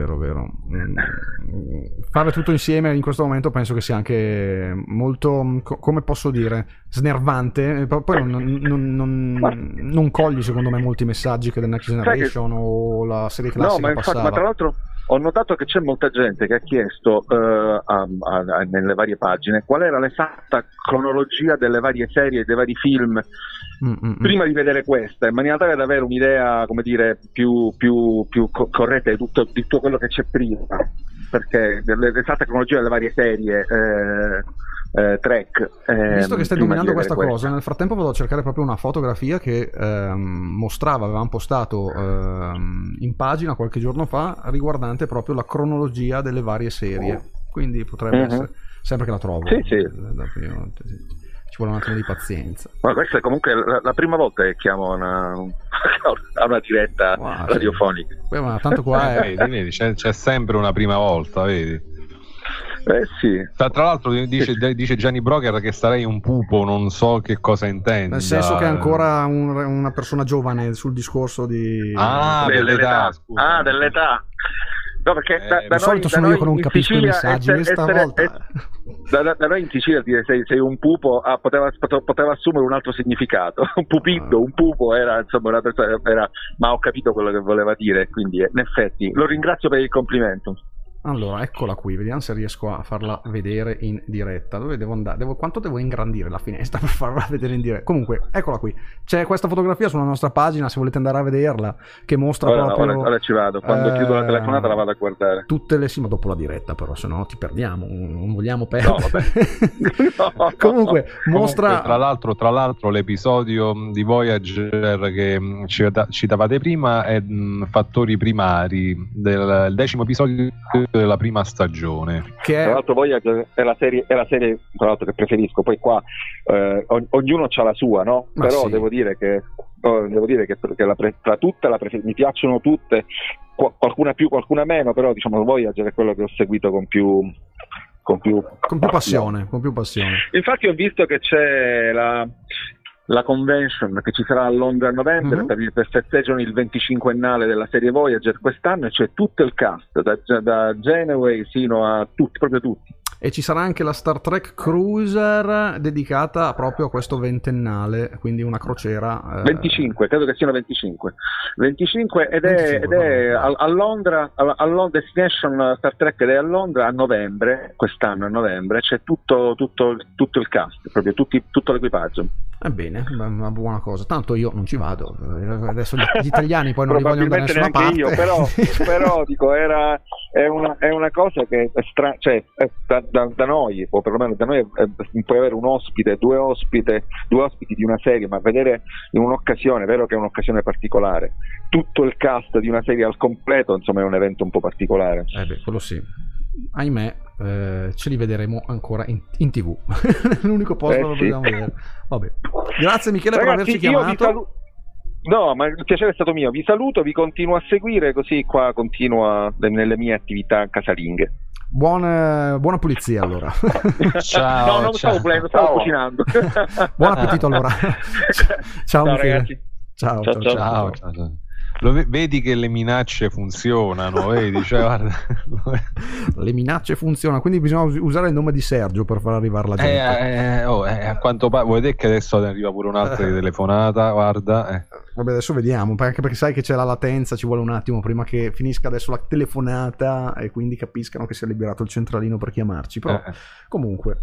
Fare tutto insieme in questo momento penso che sia anche molto, come posso dire, snervante. Poi non cogli, secondo me, molti messaggi che The Next Generation o la serie classica passava. Ma tra l'altro ho notato che c'è molta gente che ha chiesto nelle varie pagine qual era l'esatta cronologia delle varie serie e dei vari film prima di vedere questa, in maniera tale da avere un'idea, come dire, più corretta di tutto quello che c'è prima, perché l'esatta cronologia delle varie serie Trek. Visto che stai dominando questa cosa, nel frattempo vado a cercare proprio una fotografia che avevamo postato in pagina qualche giorno fa, riguardante proprio la cronologia delle varie serie, quindi potrebbe essere, sempre che la trovo. Ci vuole un attimo di pazienza. Ma questa è comunque la prima volta che chiamo a una diretta radiofonica. Ma tanto qua vedi, c'è sempre una prima volta, vedi? Sì. Tra l'altro dice Gianni Broker che sarei un pupo, non so che cosa intenda. Nel senso che è ancora una persona giovane sul discorso di... dell'età. Dell'età. No, perché di solito sono io che non capisco i messaggi, questa volta... Da noi in Sicilia dire sei un pupo poteva assumere un altro significato. Un pupillo, un pupo era insomma una persona, ma ho capito quello che voleva dire, quindi in effetti lo ringrazio per il complimento. Allora, eccola qui, vediamo se riesco a farla vedere in diretta. Dove devo andare? Quanto devo ingrandire la finestra per farla vedere in diretta? Comunque, eccola qui. C'è questa fotografia sulla nostra pagina, se volete andare a vederla, che mostra proprio... Ora ci vado, quando chiudo la telefonata la vado a guardare. Tutte le... Sì, ma dopo la diretta però, se no ti perdiamo, non vogliamo perdere. No, vabbè. Comunque, mostra... Tra l'altro l'episodio di Voyager che ci davate prima è Fattori Primari, del 10° episodio della prima stagione, che tra l'altro Voyager è la serie tra l'altro che preferisco. Poi qua ognuno c'ha la sua, no? Ma però sì. devo dire che perché tra tutte mi piacciono tutte, qualcuna più qualcuna meno, però diciamo Voyager è quello che ho seguito con più passione. Infatti ho visto che c'è la convention che ci sarà a Londra a novembre, per festeggiano il 25ennale della serie Voyager quest'anno, e c'è tutto il cast da Janeway sino a proprio tutti. E ci sarà anche la Star Trek Cruiser dedicata proprio a questo ventennale, quindi una crociera 25, credo che siano 25 ed è a Londra, Destination Star Trek, ed è a Londra a novembre, quest'anno a novembre, c'è tutto il cast, proprio tutto l'equipaggio. Bene, una buona cosa. Tanto io non ci vado. Adesso gli italiani poi non li vogliono da nessuna parte. Io, però dico, è una cosa che è cioè da noi, o perlomeno da noi, puoi avere un ospite, due ospiti di una serie, ma vedere in un'occasione, è vero che è un'occasione particolare, tutto il cast di una serie al completo, insomma è un evento un po' particolare. Quello sì. Ahimè, ce li vedremo ancora in TV. L'unico posto dove lo possiamo vedere. Vabbè. Grazie Michele, ragazzi, per averci chiamato. No, ma il piacere è stato mio. Vi saluto, vi continuo a seguire, così qua continuo nelle mie attività casalinghe. Buona pulizia allora. Ciao. No, non stavo pulendo, stavo cucinando. Buon appetito allora. Ciao Michele. Ragazzi. Ciao. Vedi che le minacce funzionano, vedi? Cioè, guarda. Le minacce funzionano, quindi bisogna usare il nome di Sergio per far arrivare la gente. A quanto pare, vuoi dire che adesso arriva pure un'altra telefonata? Guarda. Vabbè, adesso vediamo, anche perché sai che c'è la latenza, ci vuole un attimo prima che finisca adesso la telefonata e quindi capiscano che si è liberato il centralino per chiamarci. Però comunque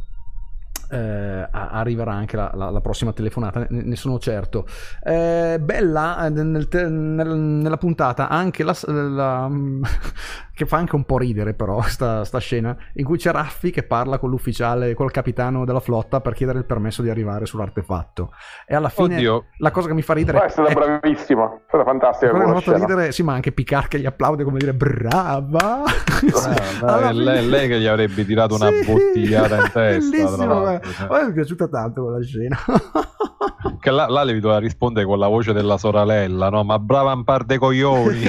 arriverà anche la prossima telefonata, ne sono certo. Bella nella puntata anche che fa anche un po' ridere però sta scena in cui c'è Raffi che parla con l'ufficiale, col capitano della flotta, per chiedere il permesso di arrivare sull'artefatto, e alla fine la cosa che mi fa ridere è stata bravissima, è stata fantastica. Mi ha fatto ridere, sì, ma anche Picard che gli applaude come dire brava. Lei che gli avrebbe tirato una bottigliata in testa. A me è piaciuta tanto quella scena. Che là le doveva rispondere con la voce della sorella, no? Ma brava un par de coglioni.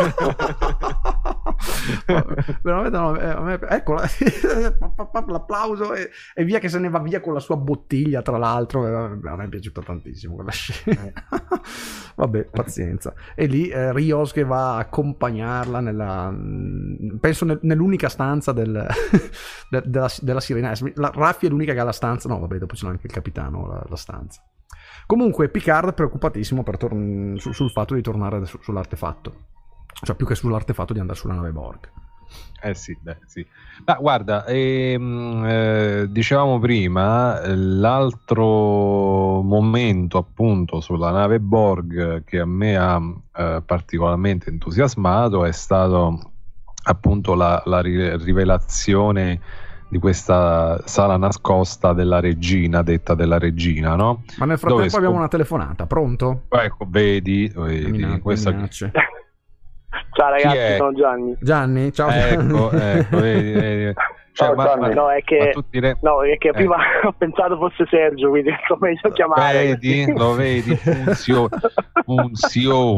Veramente no, ecco l'applauso e via che se ne va via con la sua bottiglia, tra l'altro. A me è piaciuta tantissimo quella scena. Vabbè, pazienza. E lì Rios che va a accompagnarla penso nell'unica stanza della sirena. Raffi è l'unica che ha la stanza, no vabbè, dopo c'è anche il capitano la stanza. Comunque Picard preoccupatissimo sul fatto di tornare sull'artefatto, cioè più che sull'artefatto di andare sulla nave Borg. Sì. Ma guarda, dicevamo prima, l'altro momento appunto sulla nave Borg che a me ha particolarmente entusiasmato è stato appunto la rivelazione di questa sala nascosta della regina, detta della regina, no? Ma nel frattempo abbiamo una telefonata, pronto? Ecco, vedi questa Ciao ragazzi, sono Gianni, ciao. Ecco, vedi. Ciao, Gianni. No, è che prima ho pensato fosse Sergio, quindi insomma io chiamare. Lo vedi, funziona.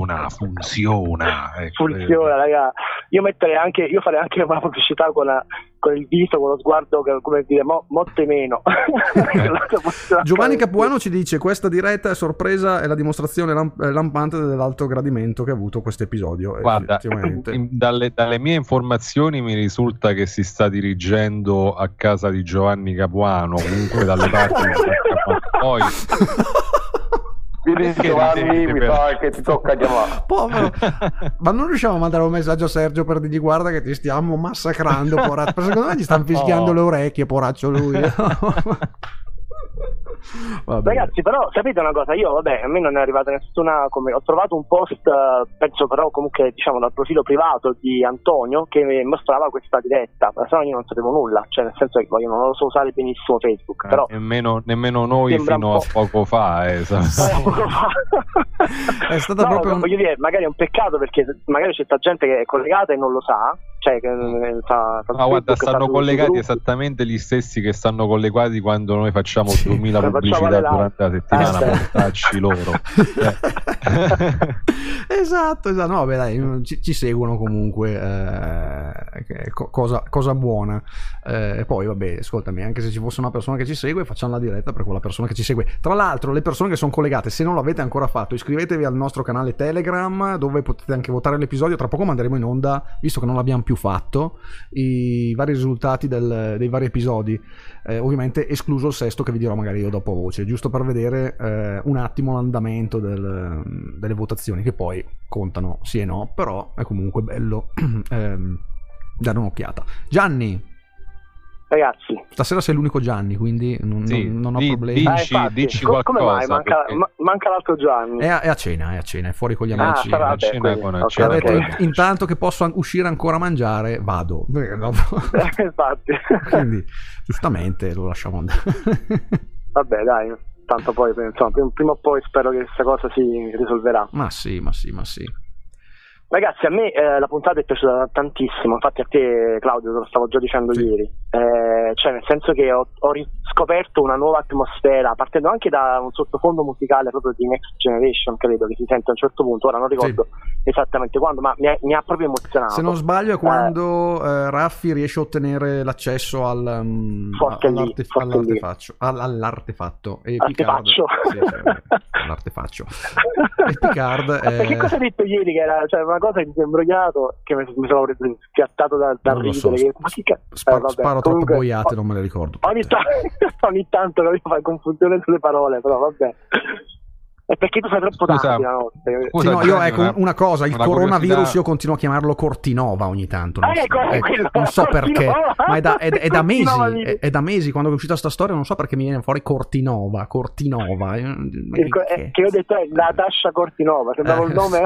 Funziona, raga. Io farei anche una pubblicità con con il viso, con lo sguardo che, come dire, motte meno. Giovanni Capuano ci dice: questa diretta è sorpresa, è la dimostrazione lampante dell'alto gradimento che ha avuto questo episodio. Guarda, dalle mie informazioni mi risulta che si sta dirigendo a casa di Giovanni Capuano, comunque dalle parti di poi Giovanni, mi sa che ti tocca chiamare. Povero. Ma non riusciamo a mandare un messaggio a Sergio per dirgli: guarda che ti stiamo massacrando, poraccio. Secondo me gli stanno fischiando le orecchie, poraccio lui. Ragazzi, però sapete una cosa, io vabbè, a me non è arrivata nessuna, ho trovato un post, penso però comunque diciamo dal profilo privato di Antonio, che mostrava questa diretta, ma se no io non sapevo nulla, cioè nel senso che io non lo so usare benissimo Facebook, però nemmeno noi fino a poco fa, poco fa. È stata proprio voglio dire, magari è un peccato, perché magari c'è gente che è collegata e non lo sa, cioè che ma guarda, stanno collegati esattamente gli stessi che stanno collegati quando noi facciamo 2000 pubblicità durante la settimana, portacci loro. Esatto, no, vabbè, dai, ci seguono comunque, cosa buona. E poi vabbè, ascoltami, anche se ci fosse una persona che ci segue, facciamo la diretta per quella persona che ci segue. Tra l'altro, le persone che sono collegate, se non l'avete ancora fatto, iscrivetevi al nostro canale Telegram, dove potete anche votare l'episodio. Tra poco manderemo in onda, visto che non l'abbiamo più fatto, i vari risultati dei vari episodi, ovviamente escluso il sesto, che vi dirò magari io dopo voce, giusto per vedere un attimo l'andamento delle votazioni, che poi contano sì e no, però è comunque bello dare un'occhiata. Gianni, ragazzi, stasera sei l'unico Gianni, quindi non ho problemi. Dici qualcosa. Come mai? Manca l'altro Gianni. È a cena, è fuori con gli amici. Intanto che posso uscire ancora a mangiare, vado. Infatti. Quindi giustamente lo lasciamo andare. Vabbè, dai, tanto poi insomma, prima o poi spero che questa cosa si risolverà. Ma sì. Ragazzi, a me la puntata è piaciuta tantissimo, infatti a te Claudio te lo stavo già dicendo ieri, cioè nel senso che ho riscoperto una nuova atmosfera, partendo anche da un sottofondo musicale proprio di Next Generation, credo che si sente a un certo punto, ora non ricordo esattamente quando, ma mi ha proprio emozionato. Se non sbaglio è quando Raffi riesce a ottenere l'accesso all'artefatto e Picard all'artefaccio e Picard che cosa hai detto ieri, che era una cosa che mi si è imbrogliato, che mi sono schiattato da ridere, so. Sparo troppe boiate, non me le ricordo. Ogni tanto fai confusione sulle parole, però vabbè. È perché tu fai troppo tardi la notte. Sì, no, io ecco una cosa, il coronavirus io continuo a chiamarlo Cortinova ogni tanto. Non so perché, ma è da mesi. È da mesi quando è uscita sta storia, non so perché mi viene fuori Cortinova. Che io ho detto Natascia Cortinova, sembrava il nome.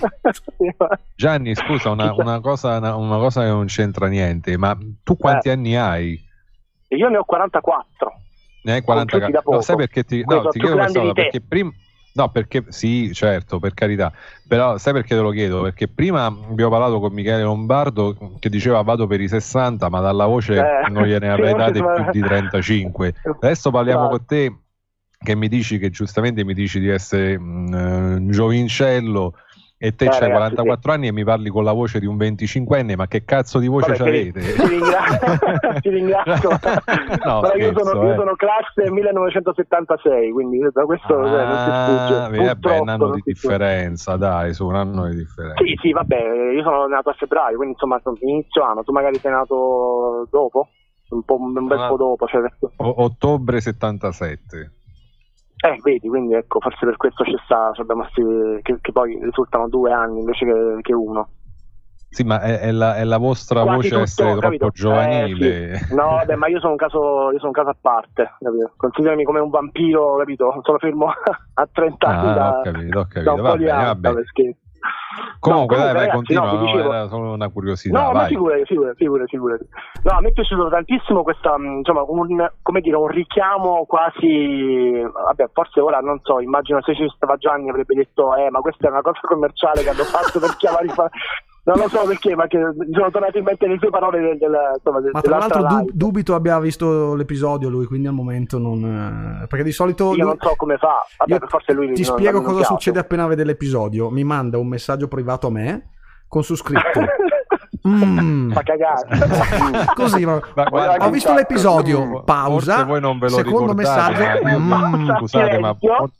Gianni, scusa, una cosa che non c'entra niente, ma tu quanti anni hai? Io ne ho 44. Ne hai 44? No, sai perché ti chiedo questa cosa? Perché prima... No, perché sì, certo, per carità, però sai perché te lo chiedo? Perché prima abbiamo parlato con Michele Lombardo che diceva vado per i 60, ma dalla voce non gliene avrei date più di 35. Adesso parliamo con te, che mi dici che giustamente mi dici di essere un giovincello, e te c'hai 44 anni e mi parli con la voce di un 25enne, ma che cazzo di voce c'avete? Ti ringrazio. No, però scherzo, io sono classe 1976, quindi da questo non si sfugge. Vabbè, un anno di differenza, dai, su un anno di differenza. Sì, vabbè, io sono nato a febbraio, quindi insomma inizio anno, tu magari sei nato dopo? Un bel po' dopo, cioè... Ottobre 77. Vedi, quindi ecco, forse per questo abbiamo che poi risultano 2 anni invece che 1. Sì, ma è la vostra voce essere troppo giovanile. Sì. No, vabbè, ma io sono un caso a parte, capito? Considerami come un vampiro, capito? Sono fermo a 30 anni ho capito. Va bene. Comunque, dai, ragazzi, continua, dicevo... era solo una curiosità. No, vai. ma figurati. No, a me è piaciuto tantissimo questa, insomma, un richiamo quasi, vabbè, forse ora non so, immagino se ci stava Gianni avrebbe detto ma questa è una cosa commerciale che hanno fatto per chiamare non lo so perché, ma che sono tornate in mente le sue parole ma tra l'altro dubito abbia visto l'episodio lui, quindi al momento non, perché di solito io non so come fa. Vabbè, forse lui ti spiego cosa succede appena vede l'episodio. Mi manda un messaggio privato a me con su scritto Fa cagare. Così, ho visto l'episodio, pausa, forse voi non ve lo secondo ricordate, messaggio, scusate, ma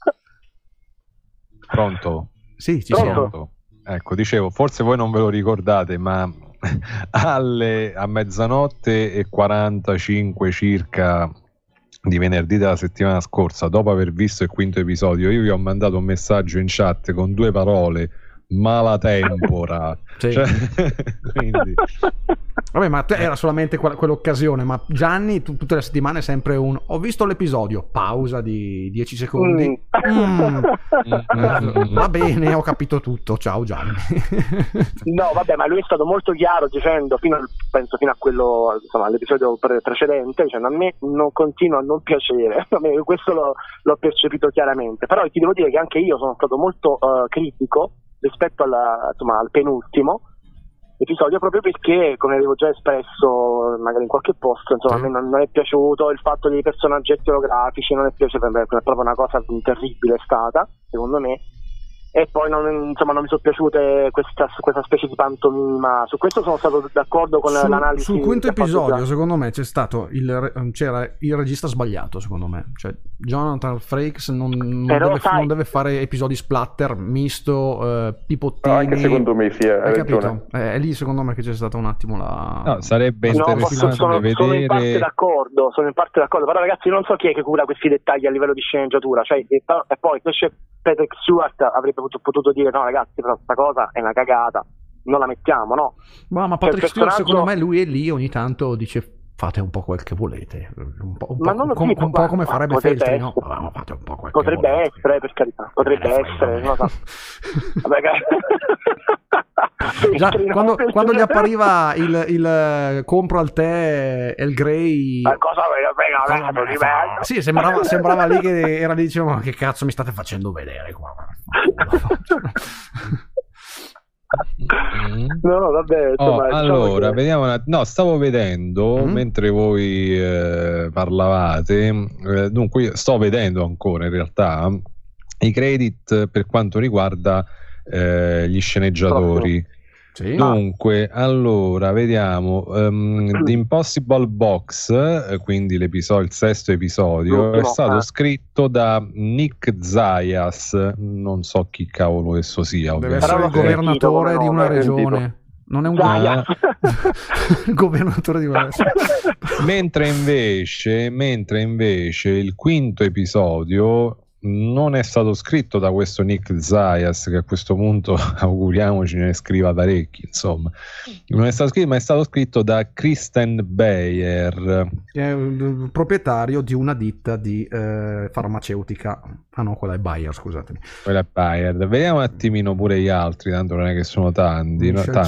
pronto? Sì, ci siamo. Ecco, dicevo, forse voi non ve lo ricordate, ma a mezzanotte e 45 circa di venerdì della settimana scorsa, dopo aver visto il quinto episodio, io vi ho mandato un messaggio in chat con 2 parole: malatempora. Sì. Cioè, quindi... Vabbè, ma era solamente quell'occasione, ma Gianni tutte le settimane è sempre ho visto l'episodio, pausa di 10 secondi. Va bene, ho capito tutto, ciao Gianni. No, vabbè, ma lui è stato molto chiaro dicendo, penso fino a quello, insomma, all'episodio precedente, dicendo: a me non continua a non piacere. Questo l'ho percepito chiaramente, però ti devo dire che anche io sono stato molto critico rispetto al penultimo episodio, proprio perché, come avevo già espresso magari in qualche posto, insomma, a me non è piaciuto il fatto dei personaggetti olografici, non è piaciuto, è proprio una cosa terribile è stata, secondo me. E poi non mi sono piaciute questa specie di pantomima. Su questo sono stato d'accordo con l'analisi. Sul quinto episodio, secondo me, c'era il regista sbagliato, secondo me. Cioè, Jonathan Frakes non deve fare episodi splatter, misto, pipottini. Anche secondo me sì, hai capito? È lì secondo me che c'è stata un attimo la... No, sarebbe interessante vedere... Sono in parte d'accordo, però ragazzi, io non so chi è che cura questi dettagli a livello di sceneggiatura, cioè, e poi se c'è Patrick Stewart avrebbe potuto dire: no ragazzi, però questa cosa è una cagata, non la mettiamo, no? Ma Patrick Stewart, secondo me, lui è lì ogni tanto dice: fate un po' quel che volete, un po' come farebbe Feltri, no? Fate un po' quel potrebbe che volete. Essere, per carità, potrebbe essere, non lo so. Già, quando gli appariva il compro al tè El Grey, sì, sembrava lì che era lì, diceva: ma che cazzo mi state facendo vedere qua? No, vabbè, insomma, allora vediamo stavo vedendo mentre voi parlavate, dunque io sto vedendo ancora in realtà i credit per quanto riguarda gli sceneggiatori. Sì. Dunque, allora vediamo The Impossible Box, quindi il sesto episodio, è stato scritto da Nick Zayas, non so chi cavolo esso sia. Deve essere il governatore di una regione. Non è un governatore di una regione. Mentre invece il quinto episodio non è stato scritto da questo Nick Zayas, che a questo punto auguriamoci ne scriva parecchi, insomma. Non è stato scritto, ma è stato scritto da Kristen Beyer, che è un proprietario di una ditta di farmaceutica. Ah no, quella è Bayer, scusatemi. Quella è Bayer. Vediamo un attimino pure gli altri, tanto non è che sono tanti. Michel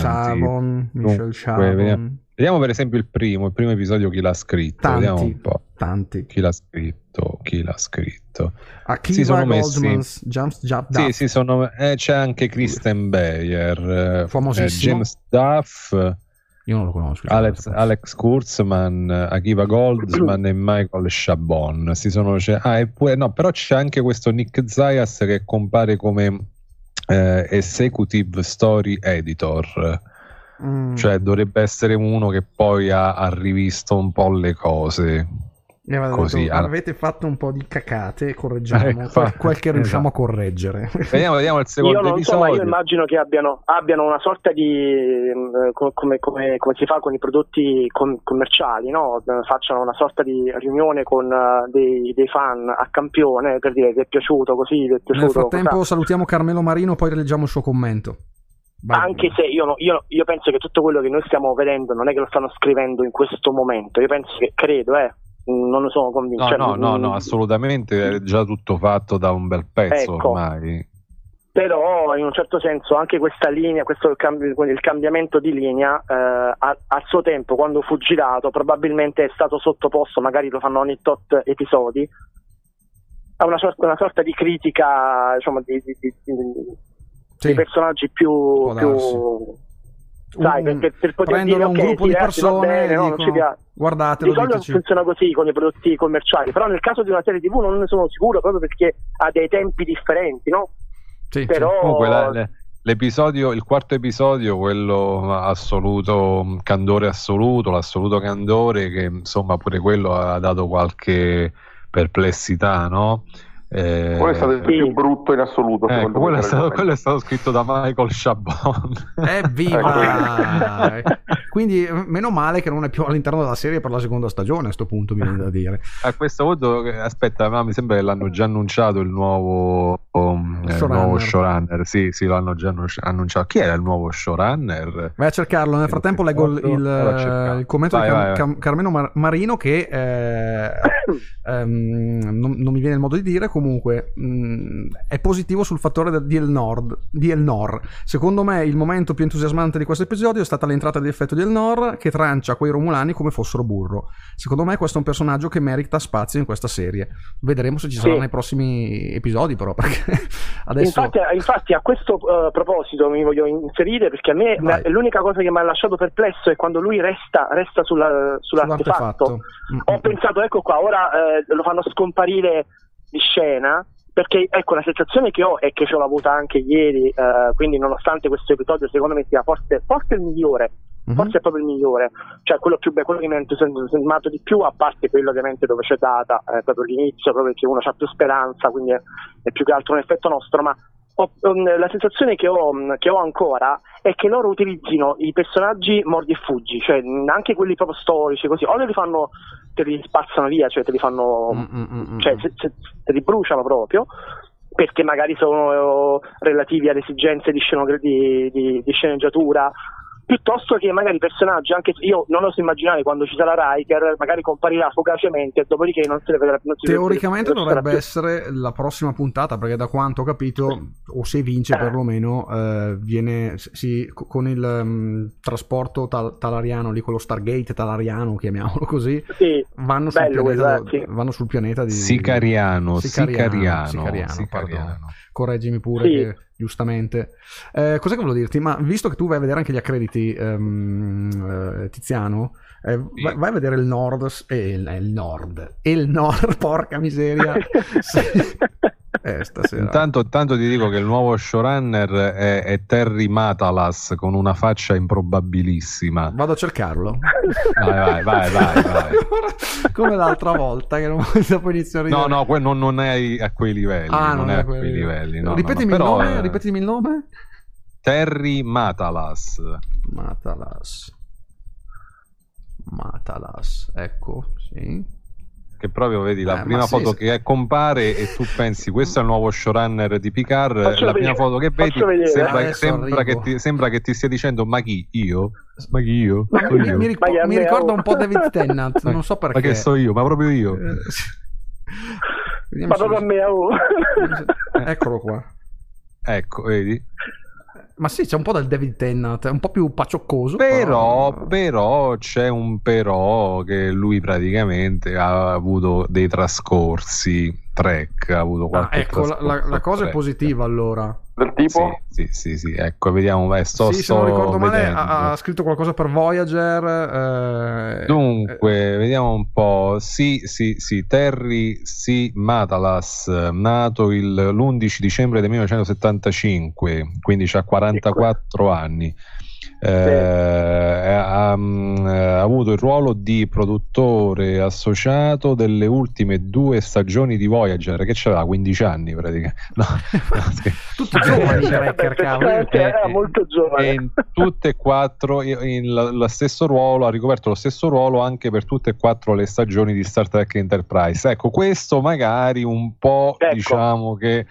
Chabon. Vediamo per esempio il primo episodio, chi l'ha scritto. Vediamo un po'. Tanti. Chi l'ha scritto? Akiva Goldsmans, Sì, c'è anche Kristen Beyer, famosissimo. James Duff, io non lo conosco. Alex Kurtzman, Akiva Goldsman e Michael Chabon. Però c'è anche questo Nick Zayas che compare come Executive Story Editor. Cioè dovrebbe essere uno che poi ha rivisto un po' le cose. Così, avete fatto un po' di cacate, correggiamo quel che riusciamo a correggere. Vediamo il secondo episodio. Io immagino che abbiano una sorta di come si fa con i prodotti commerciali, no? Facciano una sorta di riunione con dei fan a campione per dire: ti è piaciuto così, ti è piaciuto. Nel frattempo salutiamo Carmelo Marino, poi leggiamo il suo commento. Anche se io penso che tutto quello che noi stiamo vedendo non è che lo stanno scrivendo in questo momento, io penso che non ne sono convinto. No, assolutamente, è già tutto fatto da un bel pezzo, ecco. Ormai. Però in un certo senso anche questa linea, il cambiamento di linea al suo tempo, quando fu girato, probabilmente è stato sottoposto, magari lo fanno ogni tot episodi, a una sorta di critica, diciamo, di personaggi più sai, per poter prendono dire un gruppo di persone e non ci piace. Guardatelo, di solito funziona così con i prodotti commerciali, però nel caso di una serie TV non ne sono sicuro, proprio perché ha dei tempi differenti, no? Sì, però comunque il quarto episodio, quello assoluto, candore assoluto, l'assoluto candore, che insomma pure quello ha dato qualche perplessità, no? Quello è stato il più brutto in assoluto. Quello è stato scritto da Michael Chabon. Evviva! Quindi meno male che non è più all'interno della serie per la seconda stagione, a sto punto mi viene da dire. A questo punto, aspetta, no, mi sembra che l'hanno già annunciato il nuovo showrunner. Sì, l'hanno già annunciato. Chi era il nuovo showrunner? Vai a cercarlo. Nel frattempo leggo il commento di Carmelo Marino che non mi viene il modo di dire. Comunque è positivo sul fattore di Elnor. Secondo me il momento più entusiasmante di questo episodio è stata l'entrata di effetto di Elnor, che trancia quei romulani come fossero burro. Secondo me questo è un personaggio che merita spazio in questa serie. Vedremo se ci sarà nei prossimi episodi, però, perché adesso... infatti a questo proposito mi voglio inserire, perché a me l'unica cosa che mi ha lasciato perplesso è quando lui resta sull'artefatto. Ho pensato, ecco qua, ora lo fanno scomparire di scena, perché ecco, la sensazione che ho è che ce l'ho avuta anche ieri, quindi nonostante questo episodio secondo me sia forse il migliore, forse è proprio il migliore, cioè quello che mi ha entusiasmato di più, a parte quello ovviamente dove c'è data proprio l'inizio, proprio perché uno ha più speranza, quindi è più che altro un effetto nostro, ma la sensazione che ho ancora è che loro utilizzino i personaggi mordi e fuggi, cioè anche quelli proprio storici, così, o te li spazzano via, cioè te li fanno cioè te li bruciano proprio, perché magari sono relativi alle esigenze di sceneggiatura, piuttosto che magari personaggi, anche io non oso immaginare quando ci sarà Riker, magari comparirà fugacemente e dopodiché non se ne vedrà. Teoricamente dovrebbe essere la prossima puntata, perché da quanto ho capito, o se vince perlomeno, viene con il trasporto talariano lì, quello Stargate talariano, chiamiamolo così, vanno sul pianeta di Sicariano. Correggimi pure che giustamente. Cos'è che volevo dirti? Ma visto che tu vai a vedere anche gli accrediti, Tiziano, vai a vedere il Nord, porca miseria. Stasera. Intanto ti dico che il nuovo showrunner è Terry Matalas, con una faccia improbabilissima. Vado a cercarlo. Vai. Come l'altra volta che dopo inizio a ridere. No, non è a quei livelli. Non è a quei livelli. No, ripetimi il nome. Terry Matalas, ecco, sì. Che proprio vedi la prima foto che compare e tu pensi questo è il nuovo showrunner di Picard, prima foto che vedi sembra che ti stia dicendo ma chi? Io? Mi ricorda un po' David Tennant, non so perché. Ma che so io? Ma proprio io? Ma proprio a me. Eccolo qua. Ecco, vedi? Ma sì, c'è un po' del David Tennant, è un po' più paccioccoso. Però c'è un però che lui praticamente ha avuto dei trascorsi Trek, ha avuto qualche ecco, la cosa è positiva allora. Del tipo? Sì, ecco, vediamo, se non ricordo male ha scritto qualcosa per Voyager. Dunque, vediamo un po'. Sì, Terry Matalas, nato l'11 dicembre del 1975, quindi ha 44 anni. Ha avuto il ruolo di produttore associato delle ultime 2 stagioni di Voyager, che c'aveva 15 anni praticamente. Tutti giovani, era molto giovane. E in tutte e 4 lo stesso ruolo, ha ricoperto lo stesso ruolo anche per tutte e 4 le stagioni di Star Trek Enterprise. Ecco, questo magari un po', diciamo che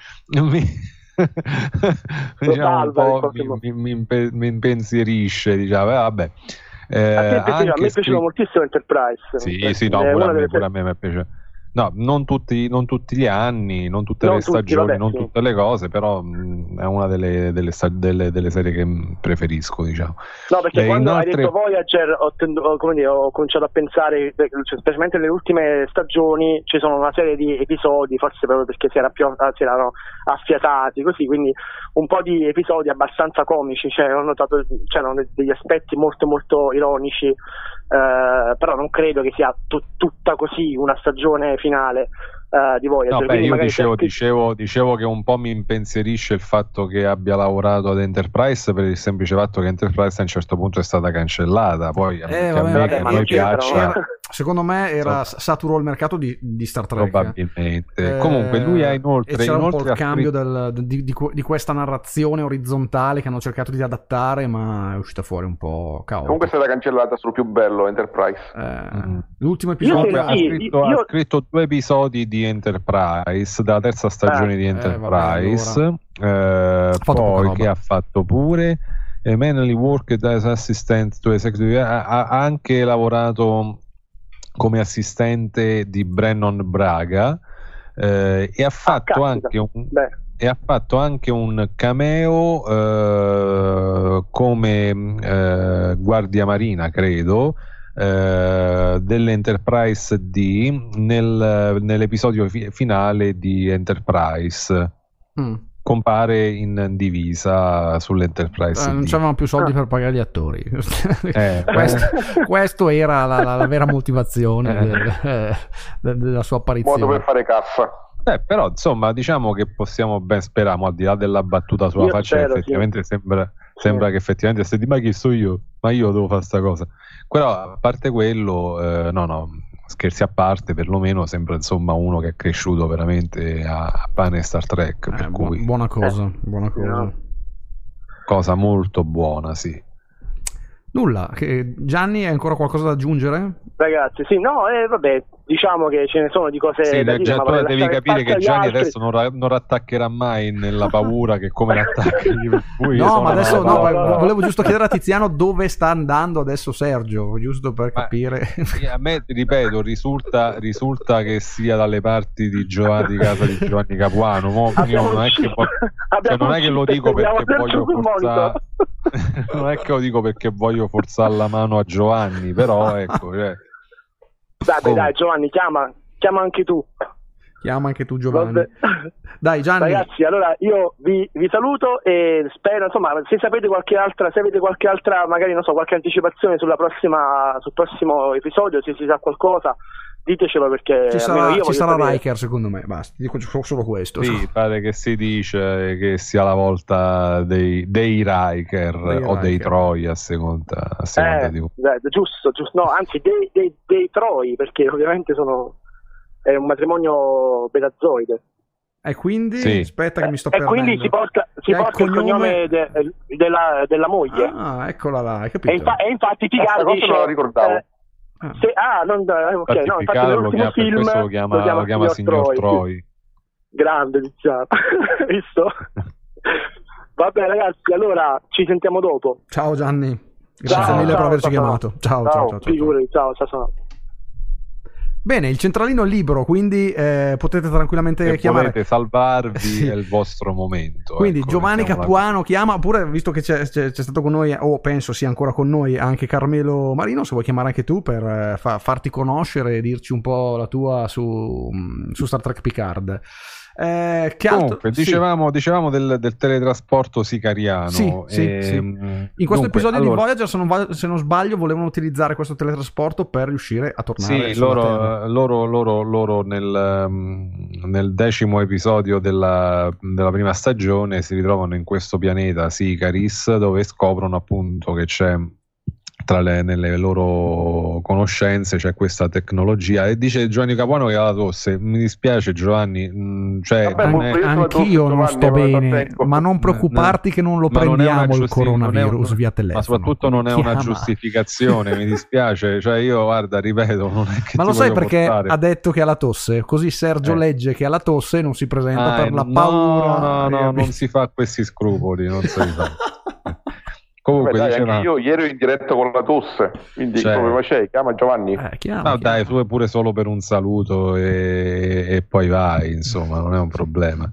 diciamo un po' mi impensierisce, diciamo, vabbè. A me piaceva moltissimo Enterprise. Sì, no, pure a me mi piace. No, non tutti gli anni, non tutte le stagioni, non tutte le cose, però è una delle serie che preferisco, diciamo. No, perché quando hai detto Voyager ho cominciato a pensare, specialmente nelle ultime stagioni ci sono una serie di episodi, forse proprio perché si erano affiatati così, quindi un po' di episodi abbastanza comici, cioè ho notato c'erano degli aspetti molto molto ironici, però non credo che sia tutta così una stagione finale. di Voyager. No, io dicevo che un po' mi impensierisce il fatto che abbia lavorato ad Enterprise, per il semplice fatto che Enterprise a un certo punto è stata cancellata. Poi a me piaccia. Secondo me saturò il mercato di Star Trek. Probabilmente. Comunque lui ha inoltre c'era un po' il cambio di questa narrazione orizzontale che hanno cercato di adattare, ma è uscita fuori un po' caotica. Comunque è stata cancellata sul più bello Enterprise. L'ultimo episodio ha scritto 2 episodi di Enterprise, della terza stagione di Enterprise, poi che ha fatto pure mainly worked as assistant to executive, ha anche lavorato come assistente di Brennan Braga, e ha fatto anche un cameo come guardia marina, credo, dell'Enterprise D nell'episodio finale di Enterprise. Compare in divisa sull'Enterprise D. Non c'avevano più soldi per pagare gli attori. Questo era la vera motivazione della sua apparizione. Modo per fare cassa. Però insomma, diciamo che possiamo ben sperare, al di là della battuta sulla faccia, effettivamente sembra che effettivamente stai di ma chi so io? Ma io devo fare sta cosa. Però a parte quello, no, scherzi a parte, perlomeno sembra insomma uno che è cresciuto veramente a pane Star Trek, per cui buona cosa. Cosa molto buona, sì. Nulla, Gianni, hai ancora qualcosa da aggiungere? Ragazzi, sì, no, vabbè, diciamo che ce ne sono di cose da dire, ma tu devi capire che Gianni adesso non rattaccherà mai nella paura che come l'attacchi. No, ma adesso volevo giusto chiedere a Tiziano dove sta andando adesso Sergio, giusto per capire. A me, ripeto, risulta che sia dalle parti di casa di Giovanni Capuano. Non è che lo dico perché voglio forzare, non è che lo dico perché voglio forzare la mano a Giovanni, però ecco, dai Giovanni, chiama anche tu. Chiama anche tu Giovanni. Dai Gianni. Ragazzi, allora io vi saluto e spero, insomma, se avete qualche altra, magari non so, qualche anticipazione sul prossimo episodio, se si sa qualcosa, ditecelo, perché ci sarà Riker, secondo me, basta, dico solo questo. Sì, pare che si dice che sia la volta dei Riker o dei Troi, a seconda di giusto, no, anzi dei Troi, perché ovviamente è un matrimonio betazoide. E quindi aspetta che mi sto perdendo. E quindi si porta il cognome della moglie. Ah, eccola là, hai capito. E infatti Picard dice, non lo ricordavo. Infatti nell'ultimo film lo chiama signor Troi. Grande, Tiziano. Visto? Vabbè ragazzi, allora ci sentiamo dopo. Ciao Gianni, grazie mille per averci chiamato. Ciao. Figurati, ciao. Bene, il centralino è libero, quindi potete tranquillamente chiamare. Potete salvarvi il vostro momento. Quindi Giovanni Capuano chiama, oppure visto che c'è stato con noi, o penso sia ancora con noi, anche Carmelo Marino, se vuoi chiamare anche tu per farti conoscere e dirci un po' la tua su Star Trek Picard. Comunque, dicevamo del teletrasporto sicariano. Sì. In questo episodio di Voyager, se non sbaglio, volevano utilizzare questo teletrasporto per riuscire a tornare sulla loro nel 10° episodio della prima stagione si ritrovano in questo pianeta Sicaris, dove scoprono appunto che c'è nelle loro conoscenze c'è questa tecnologia, e dice Giovanni Capuano che ha la tosse. Mi dispiace Giovanni, anch'io non sto bene, ma non preoccuparti che non lo prendiamo il coronavirus via telefono, ma soprattutto non è una giustificazione. Mi dispiace, io guarda, ripeto, non è che ma lo sai perché ha detto che ha la tosse, così Sergio legge che ha la tosse e non si presenta per la paura. No, non si fa questi scrupoli, non si fa. Comunque anche io ieri ero in diretta con la tosse, quindi come facevi? Chiama Giovanni. Chiama. Dai, tu è pure solo per un saluto e poi vai, insomma, non è un problema.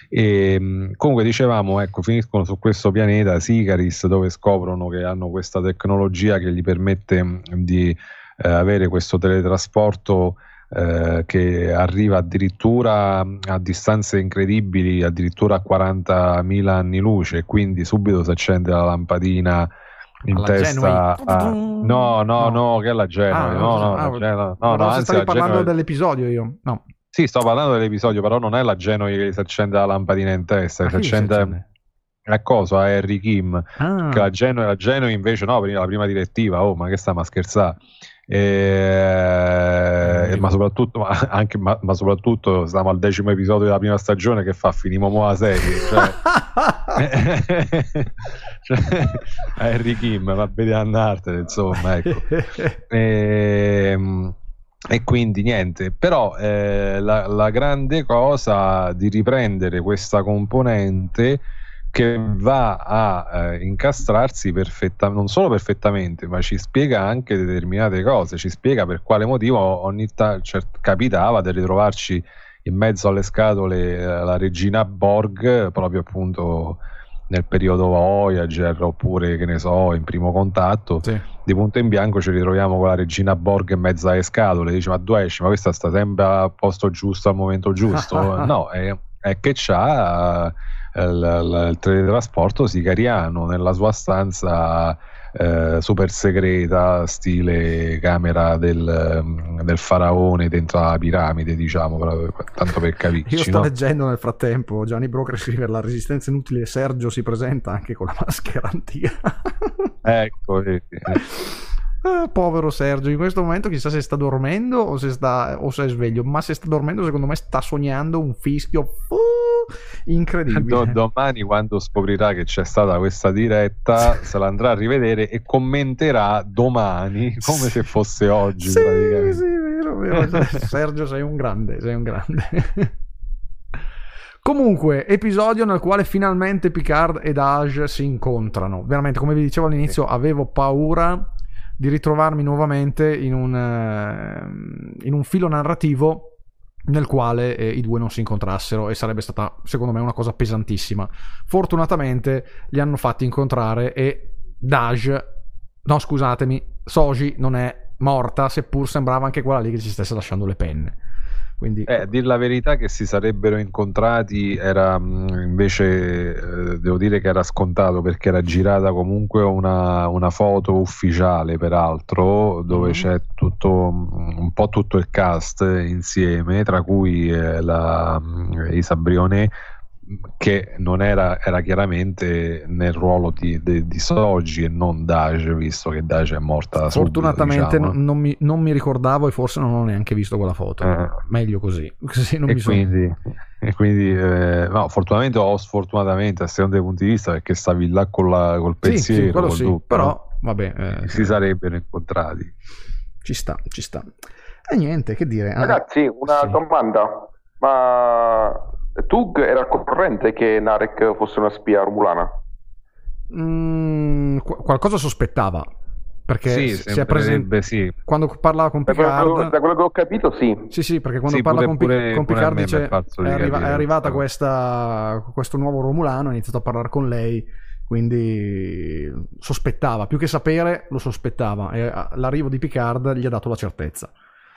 E comunque dicevamo, finiscono su questo pianeta Sicaris, dove scoprono che hanno questa tecnologia che gli permette di avere questo teletrasporto che arriva addirittura a distanze incredibili, addirittura a 40.000 anni luce, quindi subito si accende la lampadina in alla testa no che è la Genova, anzi, stai parlando dell'episodio io Sì, sto parlando dell'episodio, però non è la Genoa che si accende la lampadina in testa, che si accende a cosa? A Harry Kim, che la Genoa invece no, la prima direttiva, ma che sta, ma scherzare. Ma soprattutto stiamo al 10° episodio della prima stagione, che fa, finimo mo la serie, Harry Kim, va a vedere andartene, insomma, ecco. E quindi niente, però la grande cosa di riprendere questa componente che va a incastrarsi non solo perfettamente, ma ci spiega anche determinate cose, ci spiega per quale motivo ogni tanto capitava di ritrovarci in mezzo alle scatole la regina Borg, proprio appunto nel periodo Voyager, oppure che ne so, in Primo Contatto. Sì. Di punto in bianco ci ritroviamo con la regina Borg in mezzo alle scatole, dice: ma dove esci? Ma questa sta sempre al posto giusto al momento giusto? No, è che c'ha il teletrasporto sicariano nella sua stanza super segreta, stile camera del faraone dentro la piramide, diciamo, tanto per capirci. Io sto leggendo nel frattempo, Gianni Broker scrive: la resistenza inutile, Sergio si presenta anche con la maschera antica. Ecco, povero Sergio, in questo momento chissà se sta dormendo o se è sveglio, ma se sta dormendo secondo me sta sognando un fischio incredibile. Domani, quando scoprirà che c'è stata questa diretta, se la andrà a rivedere e commenterà domani come se fosse oggi. Sì, vero. Sergio, sei un grande. Comunque, episodio nel quale finalmente Picard e Dahj si incontrano. Veramente, come vi dicevo all'inizio, avevo paura di ritrovarmi nuovamente in un filo narrativo nel quale i due non si incontrassero, e sarebbe stata, secondo me, una cosa pesantissima. Fortunatamente li hanno fatti incontrare e Soji non è morta, seppur sembrava anche quella lì che ci stesse lasciando le penne. Quindi, a dir la verità, che si sarebbero incontrati era invece devo dire che era scontato, perché era girata comunque una foto ufficiale, peraltro, dove c'è un po' tutto il cast insieme, tra cui Isa Brionet, che non era chiaramente nel ruolo di Soji e non Dahj, visto che Dahj è morta fortunatamente subito, diciamo. non mi ricordavo, e forse non ho neanche visto quella foto. Meglio così non quindi no, fortunatamente o sfortunatamente, a seconda dei punti di vista, perché stavi là col pensiero, però vabbè, si sarebbero incontrati. Ci sta e niente, che dire. Ragazzi, una domanda: ma Tug era al corrente che Narek fosse una spia romulana? Qualcosa sospettava, perché si è presente quando parlava con Picard. Da quello che ho capito, sì, perché quando parla con Picard dice è arrivata questo nuovo romulano, ha iniziato a parlare con lei, quindi sospettava, più che sapere lo sospettava, e l'arrivo di Picard gli ha dato la certezza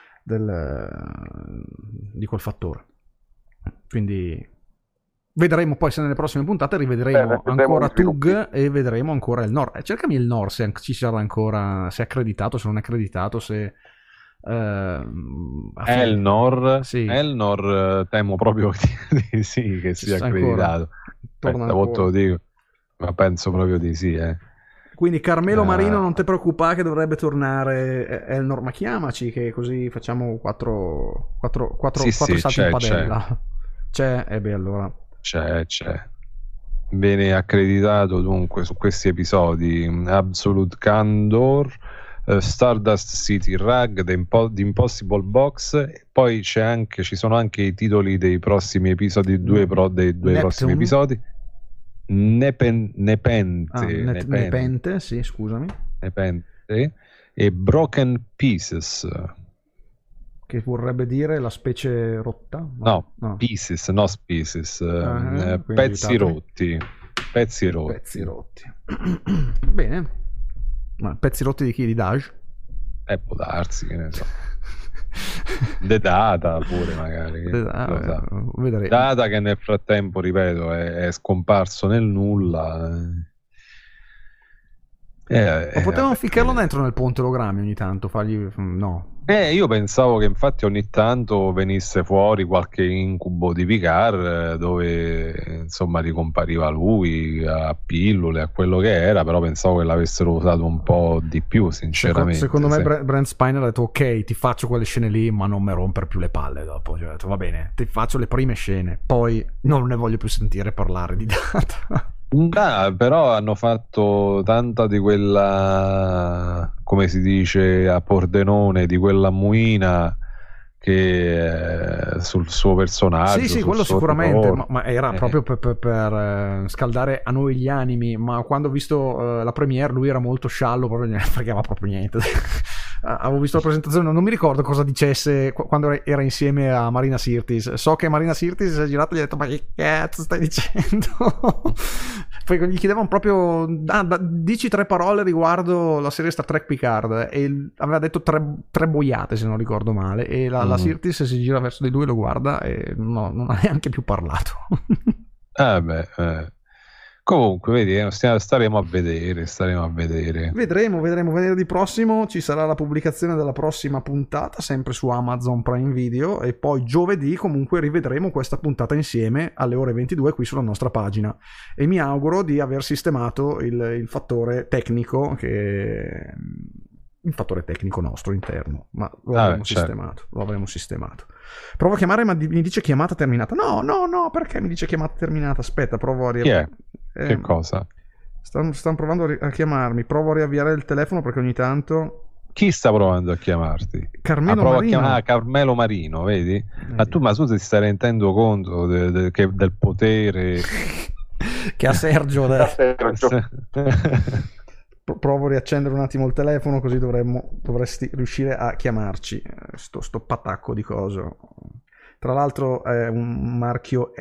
di quel fattore. Quindi vedremo poi se nelle prossime puntate rivedremo ancora Tug e vedremo ancora Elnor. Cercami Elnor se ci sarà ancora, se è accreditato, se non è accreditato, se Elnor temo proprio di sì che sia accreditato. Lo dico, ma penso proprio di sì. Quindi Carmelo Marino, non ti preoccupare che dovrebbe tornare Elnor, ma chiamaci che così facciamo quattro salti in padella. C'è, allora c'è bene accreditato dunque su questi episodi: Absolute Candor, Stardust City, Rag, The Impossible Box. Poi ci sono anche i titoli dei prossimi episodi, dei due prossimi episodi. Nepente, sì, scusami. Nepente e Broken Pieces, che vorrebbe dire la specie rotta? No. Pieces, no species. Pezzi rotti. Bene. Ma pezzi rotti di chi? Di Dahj? Può darsi, che ne so. The Data pure, magari. Vedremo. Data che nel frattempo, ripeto, è scomparso nel nulla. Ma potevamo ficcarlo dentro nel ponte ologrammi ogni tanto, fargli... No. Io pensavo che infatti ogni tanto venisse fuori qualche incubo di Picard dove insomma ricompariva lui a pillole, a quello che era, però pensavo che l'avessero usato un po' di più, sinceramente. Secondo me Brent Spiner ha detto ok, ti faccio quelle scene lì, ma non mi romper più le palle dopo. Cioè, ho detto, va bene, ti faccio le prime scene, poi non ne voglio più sentire parlare di Data. Però hanno fatto tanta di quella, come si dice a Pordenone, di quella muina che sul suo personaggio. Sì, quello sicuramente, ma era proprio per scaldare a noi gli animi. Ma quando ho visto la premiere lui era molto sciallo, proprio non fregava proprio niente. Avevo visto la presentazione, non mi ricordo cosa dicesse quando era insieme a Marina Sirtis. So che Marina Sirtis si è girata e gli ha detto ma che cazzo stai dicendo? Poi gli chiedevano proprio dici 3 parole riguardo la serie Star Trek Picard e aveva detto tre boiate se non ricordo male, e la Sirtis si gira verso di lui, lo guarda e no, non ha neanche più parlato. Comunque, vedi, staremo a vedere. Vedremo. Venerdì prossimo ci sarà la pubblicazione della prossima puntata, sempre su Amazon Prime Video, e poi giovedì comunque rivedremo questa puntata insieme alle ore 22 qui sulla nostra pagina. E mi auguro di aver sistemato il fattore tecnico il fattore tecnico nostro interno, ma lo avremo sistemato. Provo a chiamare, ma mi dice chiamata terminata. No, perché mi dice chiamata terminata? Aspetta, provo a riavviare. Che cosa? Stanno provando a chiamarmi. Provo a riavviare il telefono perché ogni tanto. Chi sta provando a chiamarti? Carmelo Marino. Carmelo Marino, vedi? Ma tu ti stai rendendo conto del potere che ha Sergio adesso? Provo a riaccendere un attimo il telefono, così dovresti riuscire a chiamarci. Sto patacco di coso. Tra l'altro è un marchio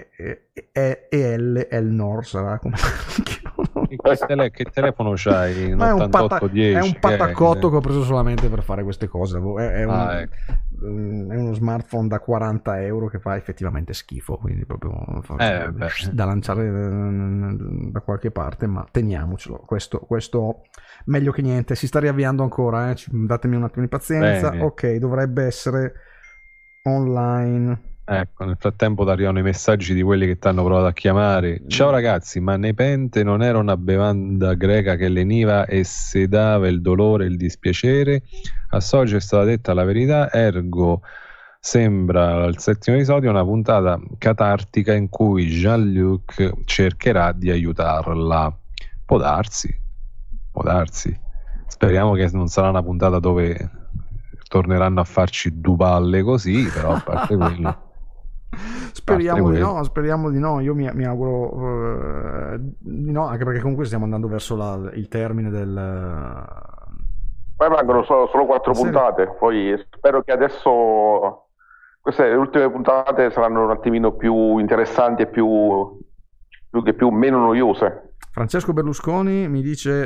Elnor, sarà come che telefono c'hai? Ma è un patacotto che ho preso solamente per fare queste cose. È uno smartphone da 40 euro che fa effettivamente schifo, quindi proprio da lanciare da qualche parte, ma teniamocelo. Questo meglio che niente. Si sta riavviando ancora, datemi un attimo di pazienza. Bene. Ok, dovrebbe essere online. Ecco, nel frattempo ti arrivano i messaggi di quelli che ti hanno provato a chiamare. Ciao ragazzi, ma Nepente non era una bevanda greca che leniva e sedava il dolore e il dispiacere? A Soggio è stata detta la verità, ergo sembra il 7° episodio una puntata catartica in cui Jean-Luc cercherà di aiutarla. Può darsi. Speriamo che non sarà una puntata dove torneranno a farci due palle così, però a parte quello. Speriamo di no. Io mi auguro di no, anche perché comunque stiamo andando verso il termine del. Poi mancano solo 4 puntate, poi spero che adesso queste le ultime puntate saranno un attimino più interessanti e più meno noiose. Francesco Berlusconi mi dice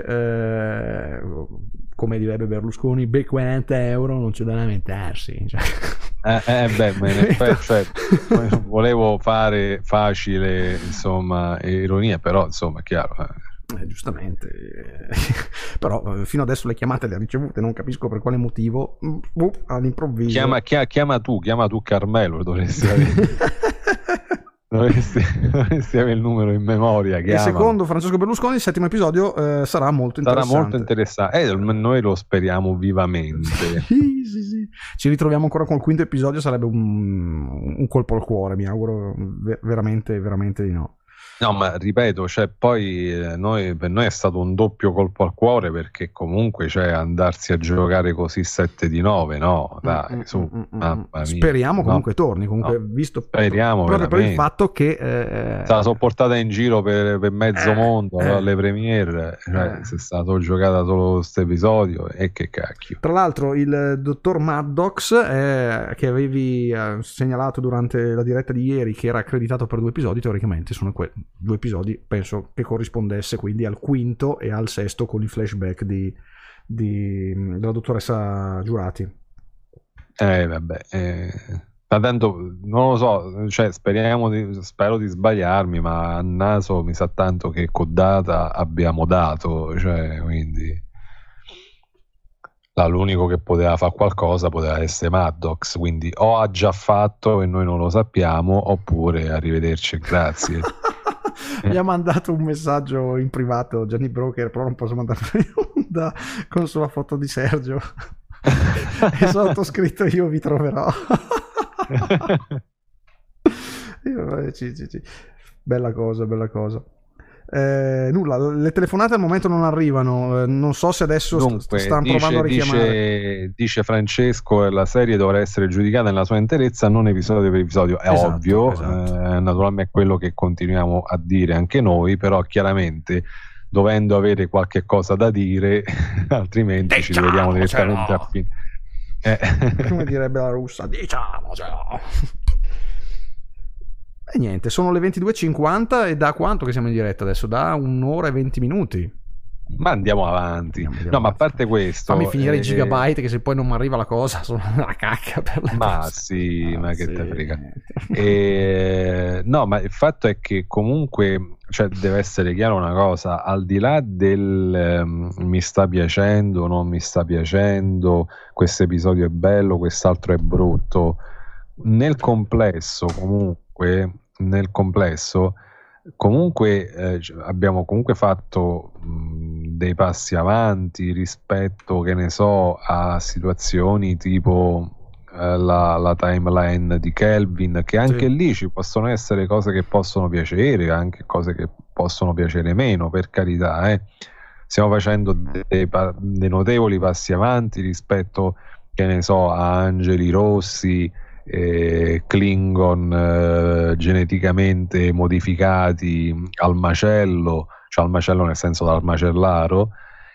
come direbbe Berlusconi, 40 euro non c'è da lamentarsi, cioè. Volevo fare facile, insomma, ironia, però insomma è chiaro. Giustamente, però fino adesso le chiamate le ha ricevute, non capisco per quale motivo all'improvviso. Chiama tu Carmelo, dovresti avere il numero in memoria. E secondo Francesco Berlusconi il 7° episodio sarà molto interessante. Noi lo speriamo vivamente. sì. Ci ritroviamo ancora con il 5° episodio, sarebbe un colpo al cuore, mi auguro veramente di no. No, ma ripeto, poi per noi è stato un doppio colpo al cuore, perché comunque andarsi a giocare così 7-9, no? Dai, su, mamma mia. Speriamo comunque torni, visto speriamo proprio per il fatto che è stata sopportata in giro per mezzo mondo alle premiere, se è stato giocata solo questo episodio, e che cacchio. Tra l'altro il dottor Maddox che avevi segnalato durante la diretta di ieri, che era accreditato per 2 episodi, teoricamente sono 2 episodi, penso che corrispondesse quindi al 5° e al 6° con i flashback della dottoressa Giurati. Ma tanto non lo so, spero di sbagliarmi, ma a naso mi sa tanto che con Data abbiamo dato, quindi l'unico che poteva fare qualcosa poteva essere Maddox, quindi o ha già fatto e noi non lo sappiamo, oppure arrivederci e grazie. Mi ha mandato un messaggio in privato Gianni Broker, però non posso mandarlo in onda con sulla foto di Sergio e sottoscritto io vi troverò. Bella cosa. Nulla, le telefonate al momento non arrivano, non so se adesso stanno provando a richiamare. Dice Francesco, la serie dovrà essere giudicata nella sua interezza, non episodio per episodio, è ovvio. Naturalmente è quello che continuiamo a dire anche noi, però chiaramente dovendo avere qualche cosa da dire altrimenti ci rivediamo direttamente a fine. Come direbbe la russa, diciamocelo. E niente, sono le 22:50 e da quanto che siamo in diretta adesso? Da 1 ora e 20 minuti. Ma andiamo avanti. No, ma a parte questo, fammi finire i gigabyte, che se poi non mi arriva la cosa sono una cacca per le cose. Ma che te frega. No, ma il fatto è che comunque, cioè, deve essere chiaro una cosa, al di là del mi sta piacendo, non mi sta piacendo, questo episodio è bello, quest'altro è brutto, nel complesso comunque abbiamo comunque fatto dei passi avanti rispetto, che ne so, a situazioni tipo la timeline di Kelvin, che anche lì ci possono essere cose che possono piacere, anche cose che possono piacere meno, per carità, stiamo facendo dei notevoli passi avanti rispetto, che ne so, a Angeli Rossi, Klingon geneticamente modificati al macello, cioè al macello nel senso dal macellaro,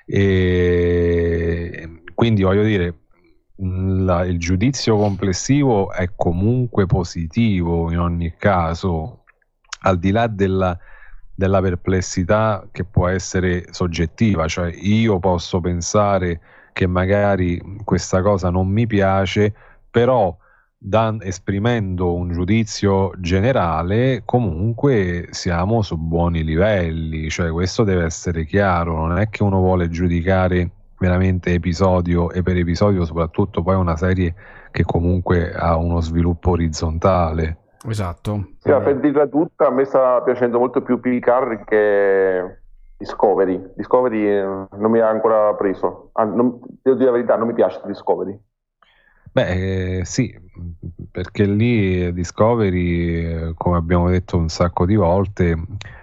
e quindi voglio dire, il giudizio complessivo è comunque positivo in ogni caso, al di là della perplessità che può essere soggettiva, cioè io posso pensare che magari questa cosa non mi piace, però esprimendo un giudizio generale comunque siamo su buoni livelli, cioè questo deve essere chiaro, non è che uno vuole giudicare veramente episodio e per episodio, soprattutto poi una serie che comunque ha uno sviluppo orizzontale. Esatto. Sì, per dirla tutta, a me sta piacendo molto più Picard che Discovery non mi ha ancora preso, devo dire la verità, non mi piace Discovery. Beh, sì, perché lì Discovery, come abbiamo detto un sacco di volte,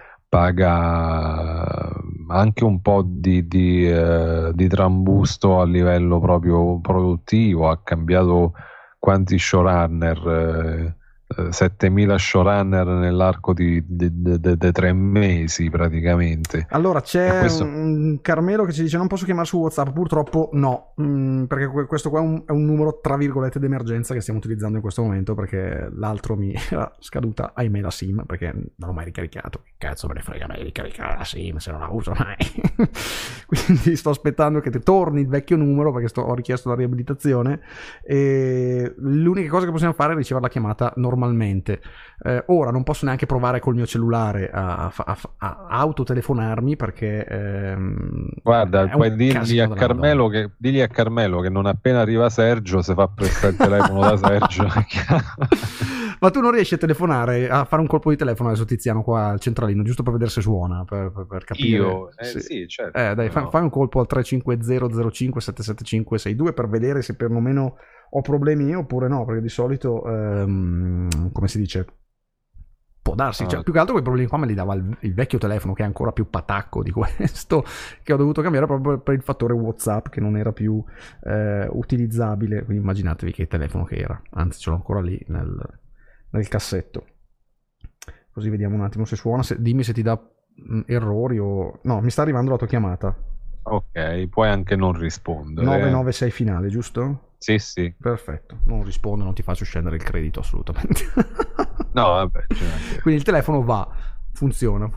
paga anche un po' di trambusto a livello proprio produttivo, ha cambiato quanti showrunner, 7.000 showrunner nell'arco di 3 mesi praticamente. Allora c'è un Carmelo che ci dice: non posso chiamare su WhatsApp, purtroppo no, perché questo qua è un numero tra virgolette d'emergenza che stiamo utilizzando in questo momento, perché l'altro mi era scaduta, ahimè, la SIM, perché non ho mai ricaricato. Che cazzo me ne frega mai ricaricare la SIM se non la uso mai. Quindi sto aspettando che torni il vecchio numero, perché ho richiesto la riabilitazione, e l'unica cosa che possiamo fare è ricevere la chiamata normalmente. Ora non posso neanche provare col mio cellulare a autotelefonarmi, perché guarda, puoi dirgli a Carmelo che non appena arriva Sergio si fa prestare il telefono da Sergio. Ma tu non riesci a telefonare, a fare un colpo di telefono adesso, Tiziano, qua al centralino, giusto per vedere se suona, per capire? Io? Sì, certo. Dai, fai un colpo al 35005775562 per vedere se perlomeno ho problemi io oppure no, perché di solito come si dice, può darsi, cioè, più che altro quei problemi qua me li dava il vecchio telefono, che è ancora più patacco di questo, che ho dovuto cambiare proprio per il fattore WhatsApp, che non era più utilizzabile. Quindi immaginatevi che telefono che era, anzi ce l'ho ancora lì nel cassetto, così vediamo un attimo se suona, dimmi se ti dà errori o no. Mi sta arrivando la tua chiamata. Ok, puoi anche non rispondere. 996 finale, giusto? Sì. Perfetto, non rispondo, non ti faccio scendere il credito assolutamente. No, vabbè. Quindi il telefono va, funziona.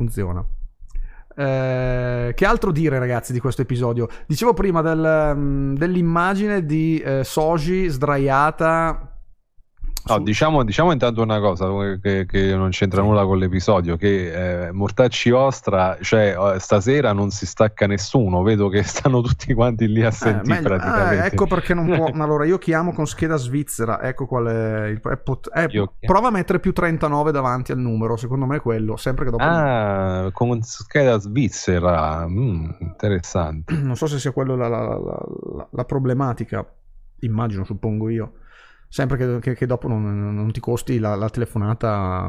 Che altro dire, ragazzi, di questo episodio? Dicevo prima dell'immagine di Soji sdraiata No, diciamo intanto una cosa che non c'entra nulla con l'episodio, che Mortacci Ostra, cioè stasera non si stacca nessuno, vedo che stanno tutti quanti lì a sentire praticamente. Ecco perché non può. Allora io chiamo con scheda svizzera, ecco qual è il prova a mettere più 39 davanti al numero, secondo me è quello, sempre che dopo con scheda svizzera, interessante. Non so se sia quello la problematica, immagino, suppongo io. Sempre che dopo non ti costi la telefonata,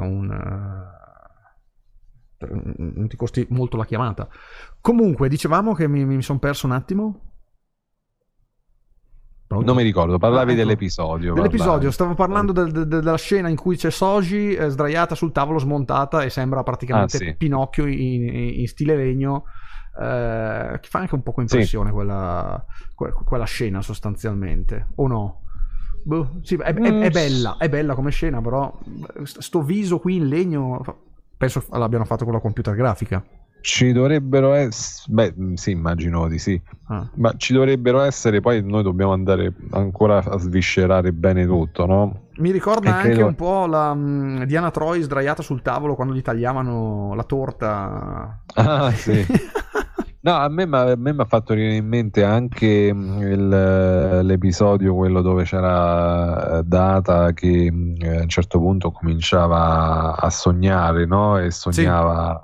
non ti costi molto la chiamata. Comunque, dicevamo che mi sono perso un attimo. Pronto? Non mi ricordo, parlavi dell'episodio. Dell'episodio, stavo parlando della scena in cui c'è Soji sdraiata sul tavolo smontata e sembra praticamente Pinocchio in stile legno. Che fa anche un po' impressione quella scena sostanzialmente, o no? Sì, è bella come scena, però sto viso qui in legno penso l'abbiano fatto con la computer grafica. Ci dovrebbero essere, sì, immagino di sì, ma ci dovrebbero essere, poi noi dobbiamo andare ancora a sviscerare bene tutto, no? Mi ricorda anche un po' la Diana Troy sdraiata sul tavolo quando gli tagliavano la torta. Sì. No, a me mi ha fatto venire in mente anche l'episodio, quello dove c'era Data che a un certo punto cominciava a sognare, no? E sognava,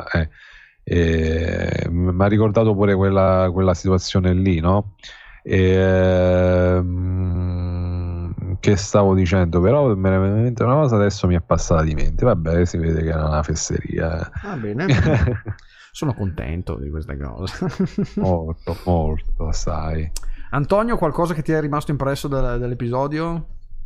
mi ha ricordato pure quella situazione lì, no? Che stavo dicendo, però me ne è venuta in mente una cosa, adesso mi è passata di mente. Vabbè, si vede che era una fesseria. Va bene. Sono contento di queste cose. molto, sai. Antonio, qualcosa che ti è rimasto impresso dell'episodio?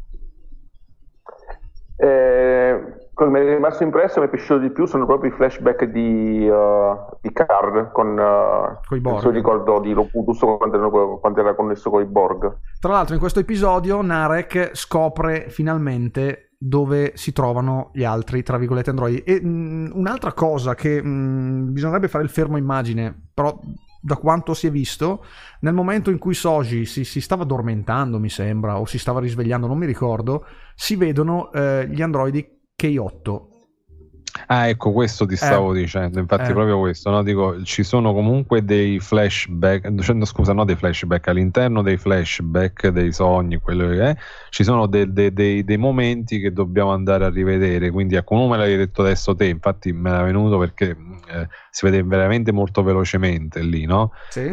Quello che mi è rimasto impresso e mi è piaciuto di più sono proprio i flashback di Card con i Borg. Se ricordo di Locutus quando era connesso con i Borg. Tra l'altro in questo episodio Narek scopre finalmente dove si trovano gli altri, tra virgolette, androidi. E un'altra cosa che bisognerebbe fare il fermo immagine, però da quanto si è visto, nel momento in cui Soji si stava addormentando, mi sembra, o si stava risvegliando, non mi ricordo, si vedono gli androidi K8. Ecco, questo ti stavo dicendo, infatti proprio questo, no? Dico, ci sono comunque dei flashback, dei flashback all'interno dei flashback dei sogni, quello che è, ci sono dei momenti che dobbiamo andare a rivedere, quindi ecco, come me l'hai detto adesso te, infatti me l'è venuto perché si vede veramente molto velocemente lì, no? Sì.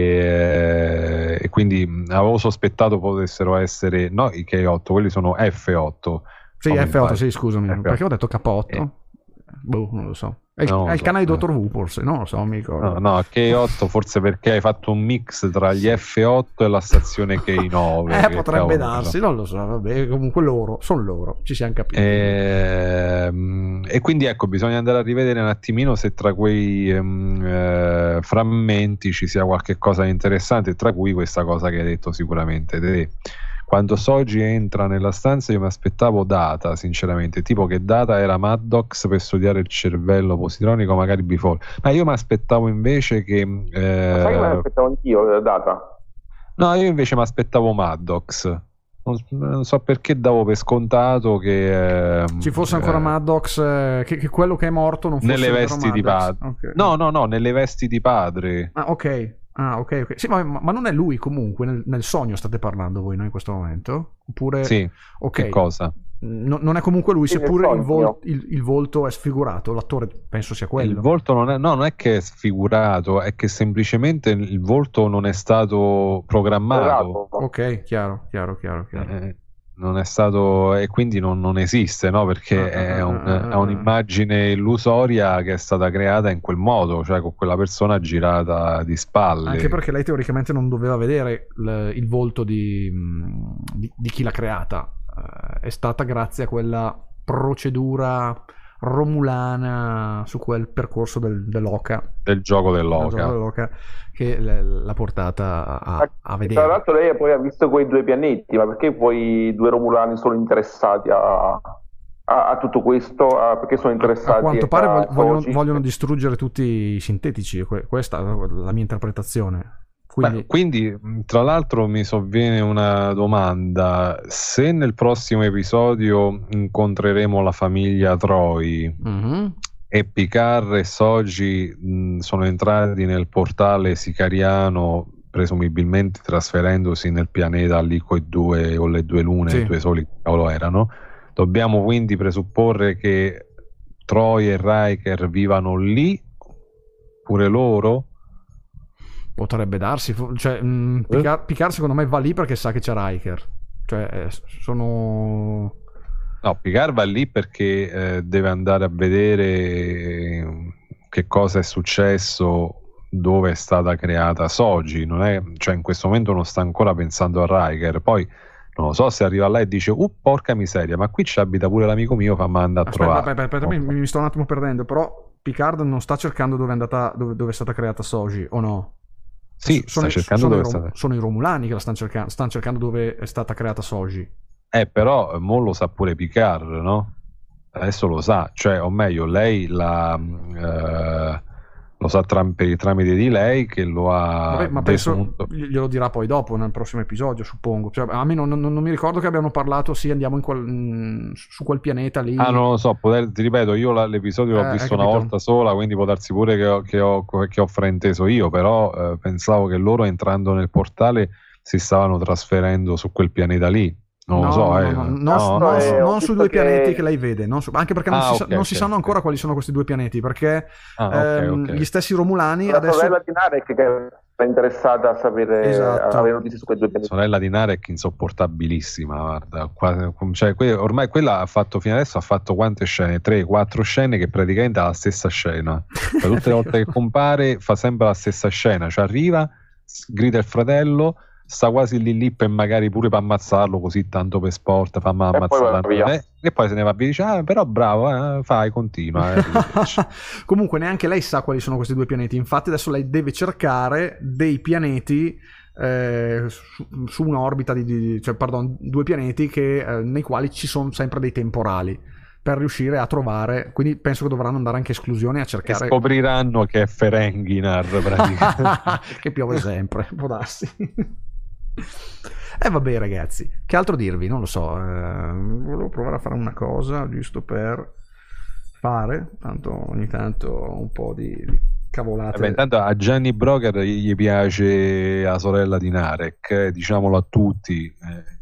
E quindi avevo sospettato potessero essere, no, i K8, quelli sono F8. Sì, F8, sì, scusami, F8. Perché ho detto K8? Non lo so. È il canale di Dottor Who, forse, non lo so, mi ricordo. No, K8 forse perché hai fatto un mix tra gli F8 e la stazione K9. Potrebbe darsi, non lo so, vabbè, comunque sono loro, ci siamo capiti. E quindi ecco, bisogna andare a rivedere un attimino se tra quei frammenti ci sia qualche cosa di interessante, tra cui questa cosa che hai detto sicuramente te. Quando Soji entra nella stanza io mi aspettavo Data, sinceramente, tipo che Data era Maddox per studiare il cervello positronico, magari Before, ma io mi aspettavo invece che sai che mi aspettavo anch'io Data? No, io invece mi aspettavo Maddox, non so perché davo per scontato che ci fosse ancora Maddox, che quello che è morto non fosse nelle vesti di padre. Okay. No, nelle vesti di padre. Ok. Sì, ma non è lui comunque, nel sogno state parlando voi, no, in questo momento? Oppure... Sì, okay. Che cosa? Non è comunque lui, seppure il volto è sfigurato, l'attore penso sia quello. Il volto non è che è sfigurato, è che semplicemente il volto non è stato programmato. Ok, chiaro. Non è stato, e quindi non esiste, no? Perché è un'immagine illusoria che è stata creata in quel modo, cioè con quella persona girata di spalle. Anche perché lei teoricamente non doveva vedere il volto di chi l'ha creata. È stata grazie a quella procedura romulana su quel percorso dell'Oca, del gioco dell'Oca, che l'ha portata a vedere. Tra l'altro lei poi ha visto quei due pianeti, ma perché poi i due romulani sono interessati a tutto questo? Perché sono interessati a quanto pare vogliono distruggere tutti i sintetici, questa è la mia interpretazione. Quindi, tra l'altro, mi sovviene una domanda: se nel prossimo episodio incontreremo la famiglia Troy e Picard e Soji sono entrati nel portale sicariano, presumibilmente trasferendosi nel pianeta lì con le due lune, i due soli che cavolo erano, dobbiamo quindi presupporre che Troy e Riker vivano lì pure loro? Potrebbe darsi, cioè Picard secondo me va lì perché sa che c'è Riker, cioè sono... No, Picard va lì perché deve andare a vedere che cosa è successo, dove è stata creata Soji, non è, cioè in questo momento non sta ancora pensando a Riker. Poi non lo so se arriva là e dice porca miseria, ma qui ci abita pure l'amico mio, fammi andare a trovare. Aspetta, mi sto un attimo perdendo, però Picard non sta cercando dove è stata creata Soji, o no? Sì, sta cercando dove è stata. Sono i Romulani che la stanno cercando dove è stata creata Soji. Però mo lo sa pure Picard, no? Adesso lo sa, cioè, o meglio, lei lo sa per il tramite di lei che lo ha... Vabbè, ma penso glielo dirà poi dopo, nel prossimo episodio, suppongo. Cioè, a me non mi ricordo che abbiano parlato, sì, andiamo su quel pianeta lì. Ah, non lo so, ti ripeto, io l'episodio l'ho visto una volta sola, quindi può darsi pure che ho frainteso io, però pensavo che loro entrando nel portale si stavano trasferendo su quel pianeta lì. Non sui due pianeti che lei vede, anche perché non si sanno ancora quali sono questi due pianeti, perché gli stessi Romulani la adesso... sorella di Narek che è interessata a sapere, avere notizie su quei due pianeti. Sorella di Narek insopportabilissima, guarda, cioè, ormai quella fino adesso ha fatto quante scene? 3-4 scene che praticamente ha la stessa scena, cioè, tutte le volte che compare fa sempre la stessa scena, cioè arriva, grida il fratello, sta quasi lì per magari pure per ammazzarlo, così tanto per sport, fammi ammazzare, e poi se ne va via e dice però bravo, fai, continua. Comunque neanche lei sa quali sono questi due pianeti, infatti adesso lei deve cercare dei pianeti su un'orbita due pianeti nei quali ci sono sempre dei temporali, per riuscire a trovare, quindi penso che dovranno andare anche a esclusione a cercare, e scopriranno che è Ferenghinar praticamente. Che piove sempre, può darsi. Vabbè ragazzi, che altro dirvi? Non lo so, volevo provare a fare una cosa giusto per fare, tanto ogni tanto un po' di cavolate. Intanto a Gianni Broker gli piace la sorella di Narek, diciamolo a tutti.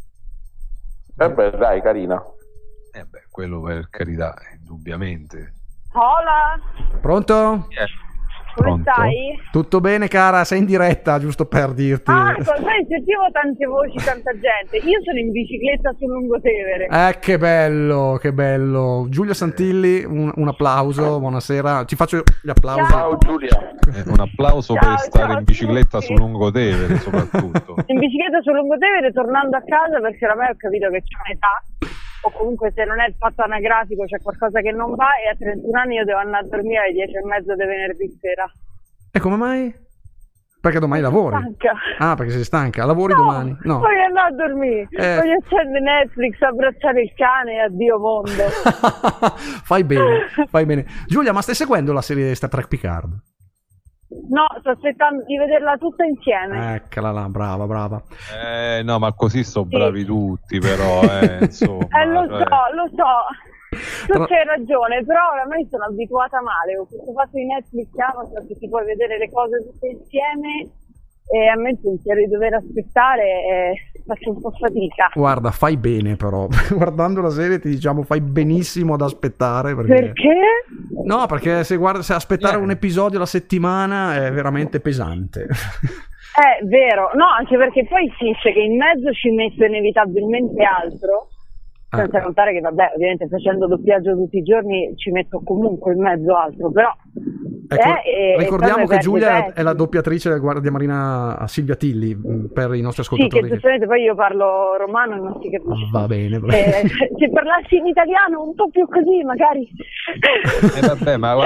Dai, carina. Quello per carità, indubbiamente. Hola. Pronto? Come stai? Tutto bene cara, sei in diretta, giusto per dirti. Sai, sentivo tante voci, tanta gente. Io sono in bicicletta sul Lungotevere. Che bello, che bello. Giulia Santilli, un applauso, buonasera. Ci faccio gli applausi. Ciao Giulia. Un applauso per stare in bicicletta sul Lungotevere, soprattutto. In bicicletta sul Lungotevere, tornando a casa, perché oramai ho capito che c'è un'età, o comunque se non è il fatto anagrafico c'è qualcosa che non va, e a 31 anni io devo andare a dormire alle 10:30 di venerdì sera. E come mai? Perché domani lavori? Stanca. Perché sei stanca? Lavori domani? No. Voglio andare a dormire, voglio accendere Netflix, abbracciare il cane e addio mondo. Fai bene. Giulia, ma stai seguendo la serie Star Trek Picard? No, sto aspettando di vederla tutta insieme. Eccola là, brava. No, ma così sono bravi tutti, però, insomma. Lo so. Tu c'hai ragione, però oramai sono abituata male. Ho questo fatto di Netflix che ti puoi vedere le cose tutte insieme, e a me il pensiero di dover aspettare faccio un po' fatica. Guarda, fai bene però. Guardando la serie ti diciamo fai benissimo ad aspettare. Perché? No, perché se aspettare un episodio alla settimana è veramente pesante. È vero, no, anche perché poi finisce che in mezzo ci metto inevitabilmente altro. Senza contare che vabbè, ovviamente facendo doppiaggio tutti i giorni ci metto comunque in mezzo altro, però ricordiamo che Giulia è la doppiatrice del Guardia Marina a Silvia Tilli, per i nostri ascoltatori. Sì, che giustamente poi io parlo romano e non si capisce. Va bene. Se parlassi in italiano un po' più così magari. Vabbè, ma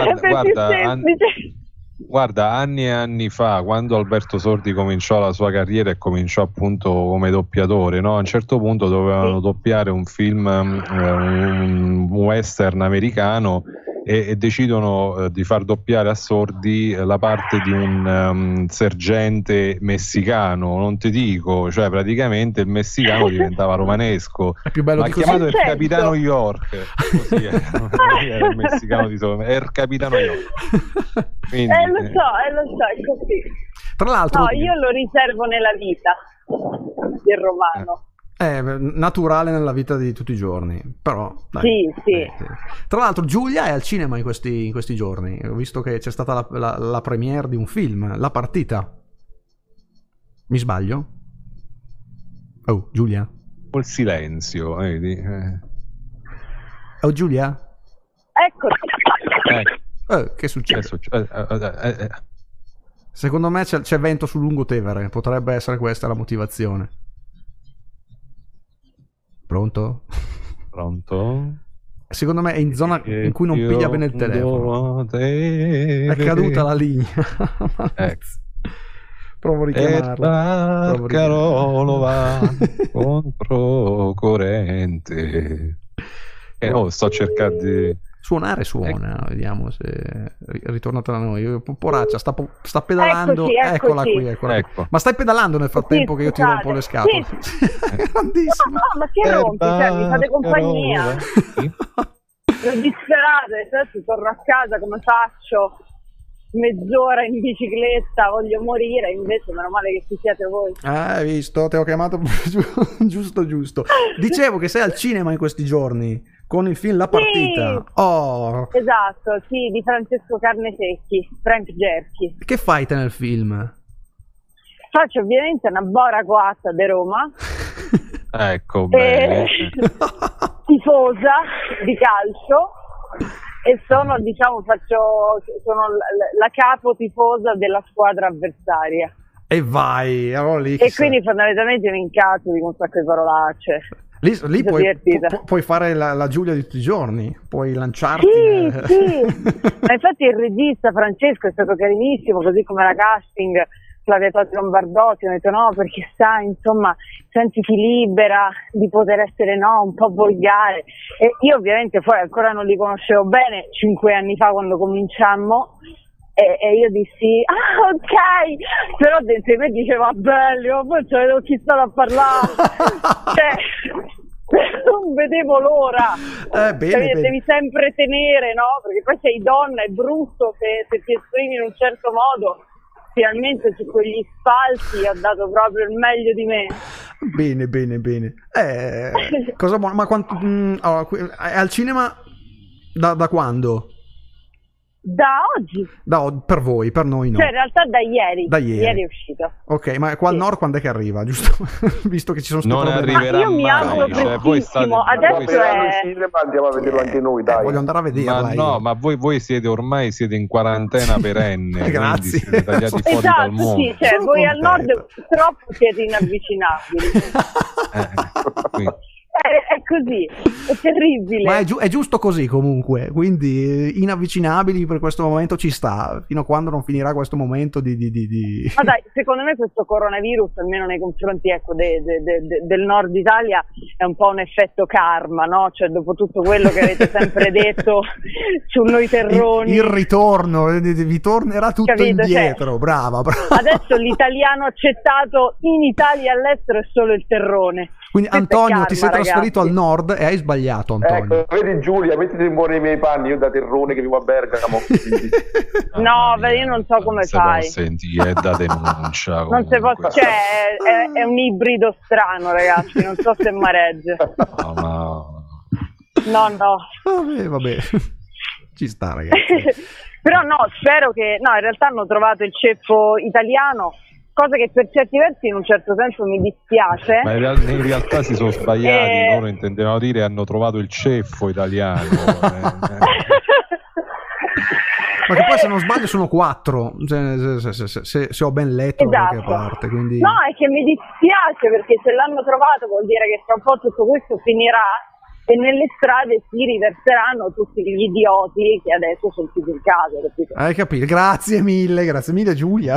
guarda, anni e anni fa, quando Alberto Sordi cominciò la sua carriera e cominciò appunto come doppiatore, no? A un certo punto dovevano doppiare un film, un western americano, e decidono di far doppiare a sordi la parte di un sergente messicano, non ti dico, cioè praticamente il messicano diventava romanesco. È più bello ma di ha chiamato così. il capitano York, così era il messicano di sopra, è il capitano York. Quindi, lo so, è così. Tra l'altro, No, io lo riservo nella vita, il romano. è naturale nella vita di tutti i giorni, però dai. Sì. Tra l'altro Giulia è al cinema in questi giorni, ho visto che c'è stata la premiere di un film, La partita. Mi sbaglio? Oh, Giulia? col silenzio, vedi? Oh, Giulia? Ecco. Che succede? Secondo me c'è vento sul Lungotevere, potrebbe essere questa la motivazione. Pronto? Secondo me è in zona in cui non piglia bene il telefono. È caduta la linea. Provo a richiamarla. Carolo va contro corrente. Sto cercando di suona, vediamo se ritornata da noi. Poraccia, sta pedalando. Eccoci. Eccola. Ecco. Ma stai pedalando nel frattempo che io ti rompo le scatole? Sì. Grandissimo. No, ma che rompi? Cioè, mi fate compagnia. Sono disperata, adesso torno a casa, come faccio? Mezz'ora in bicicletta, voglio morire, invece meno male che ci siete voi. Hai visto? Ti ho chiamato giusto. Dicevo che sei al cinema in questi giorni con il film La partita. Sì, oh. Esatto, sì, di Francesco Carnesecchi, Frank Gerchi. Che fai te nel film? Faccio ovviamente una bora coatta di Roma. Ecco, bene. Tifosa di calcio. E sono la capo tifosa della squadra avversaria. E vai, lì. E quindi fondamentalmente mi incazzo, dico un sacco di parolacce. Lì puoi fare la Giulia di tutti i giorni, puoi lanciarti. Sì. Ma infatti il regista Francesco è stato carinissimo, così come la casting Flavia Totti Lombardotti. Ho detto no, perché sai, insomma, sentiti libera di poter essere un po' volgare. E io ovviamente poi ancora non li conoscevo bene, 5 anni fa quando cominciammo, e io dissi ok, però dentro di me diceva bello, poi ce l'avevo chi stava a parlare. Non vedevo l'ora. Bene. Devi sempre tenere, no? Perché poi sei donna, è brutto se ti esprimi in un certo modo. Finalmente su quegli spalti ha dato proprio il meglio di me. Bene. Cosa buono. Ma quanto è al cinema da quando? Da oggi. Per voi, per noi no. Cioè in realtà da ieri. Ieri è uscito. Ok, ma qua al nord quando è che arriva? Giusto? Visto che ci sono non arriverà io mi auguro prestissimo. Adesso andiamo a vederlo anche noi, dai. Voglio andare a vederla. Ma voi siete in quarantena perenne. Grazie. Siete tagliati fuori dal mondo. Sì, cioè voi al nord purtroppo siete inavvicinabili. È così, è terribile. Ma è giusto così comunque, quindi inavvicinabili per questo momento ci sta, fino a quando non finirà questo momento di... Ma dai, secondo me questo coronavirus, almeno nei confronti del nord Italia, è un po' un effetto karma, no? Cioè dopo tutto quello che avete sempre detto su noi terroni. Il ritorno, vi tornerà tutto indietro, brava. Adesso l'italiano accettato in Italia e all'estero è solo il terrone. Quindi Antonio, ti sei trasferito al nord e hai sbagliato, Antonio. Ecco, vedi Giulia, mettiti un po' nei miei panni, io da terrone che vivo a Bergamo. Io non so come fai. Senti, è da denuncia. Non si può, è un ibrido strano, ragazzi, non so se mareggia. No. Vabbè. Ci sta, ragazzi. Però spero che... No, in realtà hanno trovato il ceppo italiano, cosa che per certi versi in un certo senso mi dispiace. Ma in realtà si sono sbagliati, loro intendevano dire hanno trovato il ceffo italiano. Ma che poi se non sbaglio sono 4, se ho ben letto da qualche parte. Quindi... No, è che mi dispiace perché se l'hanno trovato vuol dire che tra un po' tutto questo finirà e nelle strade si riverseranno tutti gli idioti che adesso sono chiusi in casa, capito? Hai capito? Grazie mille Giulia.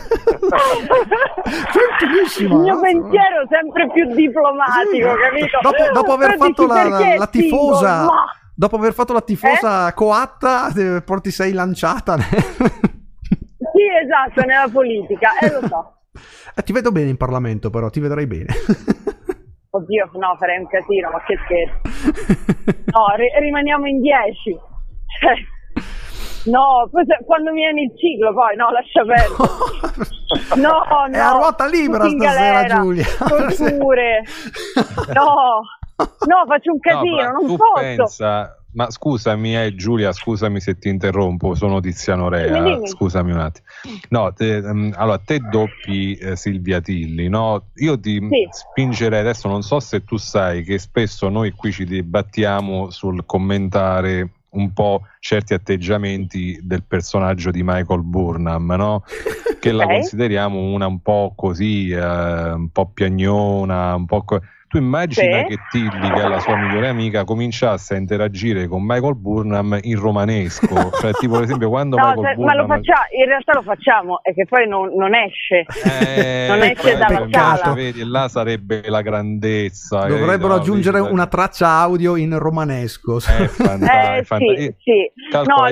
Il mio pensiero sempre più diplomatico, capito? Dopo aver fatto la tifosa Dopo aver fatto la tifosa coatta, ti sei lanciata. Sì, esatto, nella politica, lo so. Ti vedo bene in Parlamento, però, ti vedrai bene. Oddio, no, farei un casino, ma che scherzo. No, rimaniamo in 10. No, quando viene il ciclo, poi, no, lascia perdere. No, è a ruota libera stasera, Giulia. Torture. No, faccio un casino, no, non tu posso. Pensa, ma scusami, Giulia, scusami se ti interrompo, sono Tiziano Rea, dimmi. Scusami un attimo. No, allora, te doppi Silvia Tilli, no? Io ti spingerei, adesso non so se tu sai che spesso noi qui ci dibattiamo sul commentare un po' certi atteggiamenti del personaggio di Michael Burnham, no? Che la consideriamo una un po' così, un po' piagnona, un po'... Tu immagina che Tilly, che è la sua migliore amica, cominciasse a interagire con Michael Burnham in romanesco, cioè tipo per esempio quando Michael Burnham... Ma lo facciamo, in realtà lo facciamo, è che poi non esce, non esce dalla sala. Vedi, là sarebbe la grandezza. Dovrebbero aggiungere una traccia audio in romanesco. Sì. Calcola,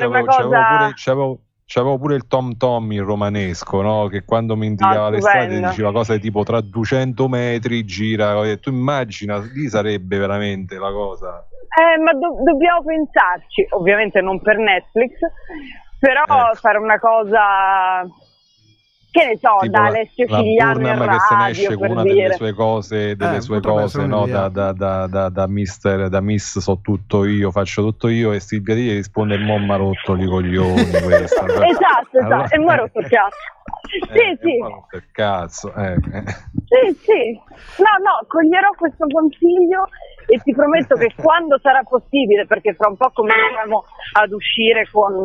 io c'avevo pure il Tom Tom in romanesco, no? Che quando mi indicava le strade diceva cose tipo tra 200 metri gira, tu immagina, lì sarebbe veramente la cosa. Ma dobbiamo pensarci, ovviamente non per Netflix, però fare una cosa, che ne so, tipo da Alessio Cigliano in radio, che se ne esce con una delle sue cose, no? Da Miss so tutto io, faccio tutto io, e Silvia Tilli risponde mo m'ha rotto i coglioni questa. Esatto, e m'ha rotto il cazzo. Sì. M'ha rotto il cazzo. Sì. No, coglierò questo consiglio e ti prometto che quando sarà possibile, perché fra un po' cominciamo ad uscire con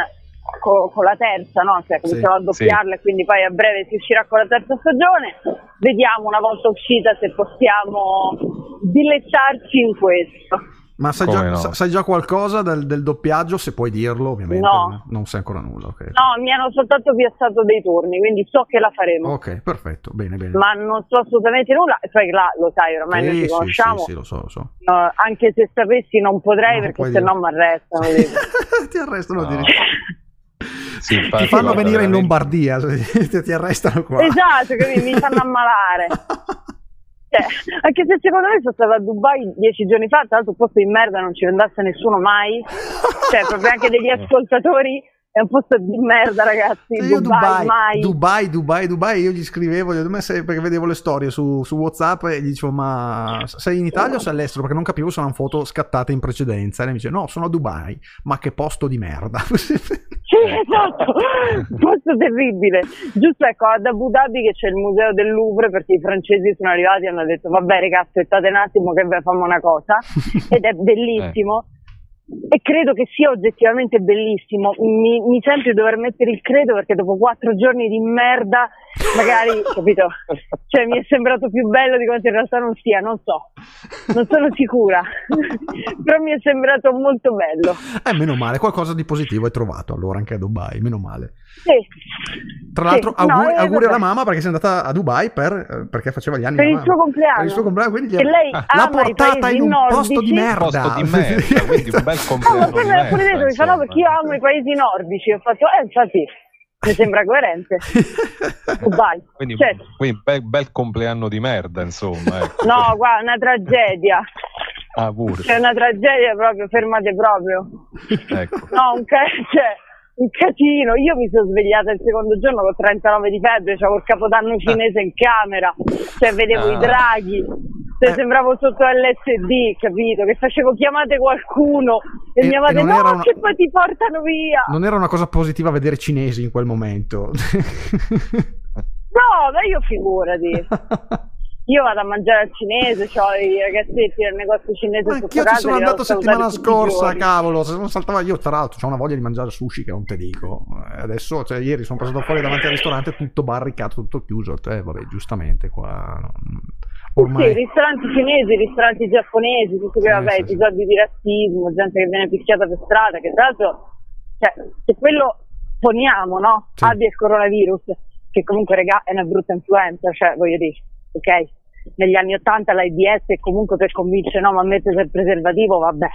la terza, no? Cioè cominciamo a doppiarla e quindi poi a breve si uscirà con la terza stagione. Vediamo una volta uscita se possiamo dilettarci in questo. Ma sai già qualcosa del doppiaggio, se puoi dirlo, ovviamente? No. Non sai ancora nulla, ok. No, mi hanno soltanto piazzato dei turni, quindi so che la faremo. Ok, perfetto, bene. Ma non so assolutamente nulla, e poi là, lo sai, ormai noi ci conosciamo. Sì, lo so. Anche se sapessi non potrei, perché se no mi arrestano. Ti arrestano Ti fanno venire in Lombardia, ti arrestano qua. Esatto, che mi fanno ammalare. Anche se secondo me sono stata a Dubai 10 giorni fa, tra l'altro un posto di merda, non ci andasse nessuno mai, cioè proprio anche degli ascoltatori, è un posto di merda, ragazzi. Io mai. Dubai, io gli scrivevo, perché vedevo le storie su WhatsApp e gli dicevo: ma sei in Italia o sei all'estero? Perché non capivo se erano foto scattate in precedenza. E lei mi dice: no, sono a Dubai. Ma che posto di merda. Sì, esatto, posto terribile. Giusto, ecco, ad Abu Dhabi che c'è il museo del Louvre, perché i francesi sono arrivati e hanno detto: vabbè ragazzi, aspettate un attimo che vi facciamo una cosa, ed è bellissimo. E credo che sia oggettivamente bellissimo. Mi sento di dover mettere il credo, perché dopo 4 giorni di merda magari, capito, cioè mi è sembrato più bello di quanto in realtà non sia, non so, non sono sicura però mi è sembrato molto bello. Meno male, qualcosa di positivo hai trovato allora anche a Dubai, meno male. Sì. Tra l'altro auguri alla mamma, perché sei andata a Dubai perché faceva gli anni per il suo compleanno, quindi e lei l'ha portata in un posto di merda, quindi un bel compleanno. Poi me l'ha detto, mi fa: no, perché io amo i paesi nordici. Ho fatto infatti mi sembra coerente. Dubai. Quindi bel compleanno di merda, insomma, ecco. No, guarda, una tragedia. Pure. C'è una tragedia proprio, fermate proprio. Ecco. No, un casino. Io mi sono svegliata il secondo giorno con 39 di febbre, c'avevo il capodanno cinese in camera, cioè vedevo i draghi, cioè sembravo sotto LSD, capito? Che facevo chiamate qualcuno e mia madre che poi ti portano via. Non era una cosa positiva vedere cinesi in quel momento. No, ma io figurati. Io vado a mangiare al cinese, c'ho i ragazzetti del negozio cinese sotto casa. Io ci sono andato settimana scorsa, cavolo, se non saltava io, tra l'altro c'ho una voglia di mangiare sushi che non te dico. Adesso, cioè ieri sono passato fuori davanti al ristorante, tutto barricato, tutto chiuso. Vabbè, giustamente qua ormai... Sì, ristoranti cinesi, ristoranti giapponesi, tutto che vabbè, episodi di razzismo, gente che viene picchiata per strada, che tra l'altro, cioè, se quello poniamo, no? Sì. Abbia il coronavirus, che comunque regà è una brutta influenza, cioè voglio dire, ok, negli anni 80 l'AIDS comunque per convincere no, ma mettete il preservativo, vabbè,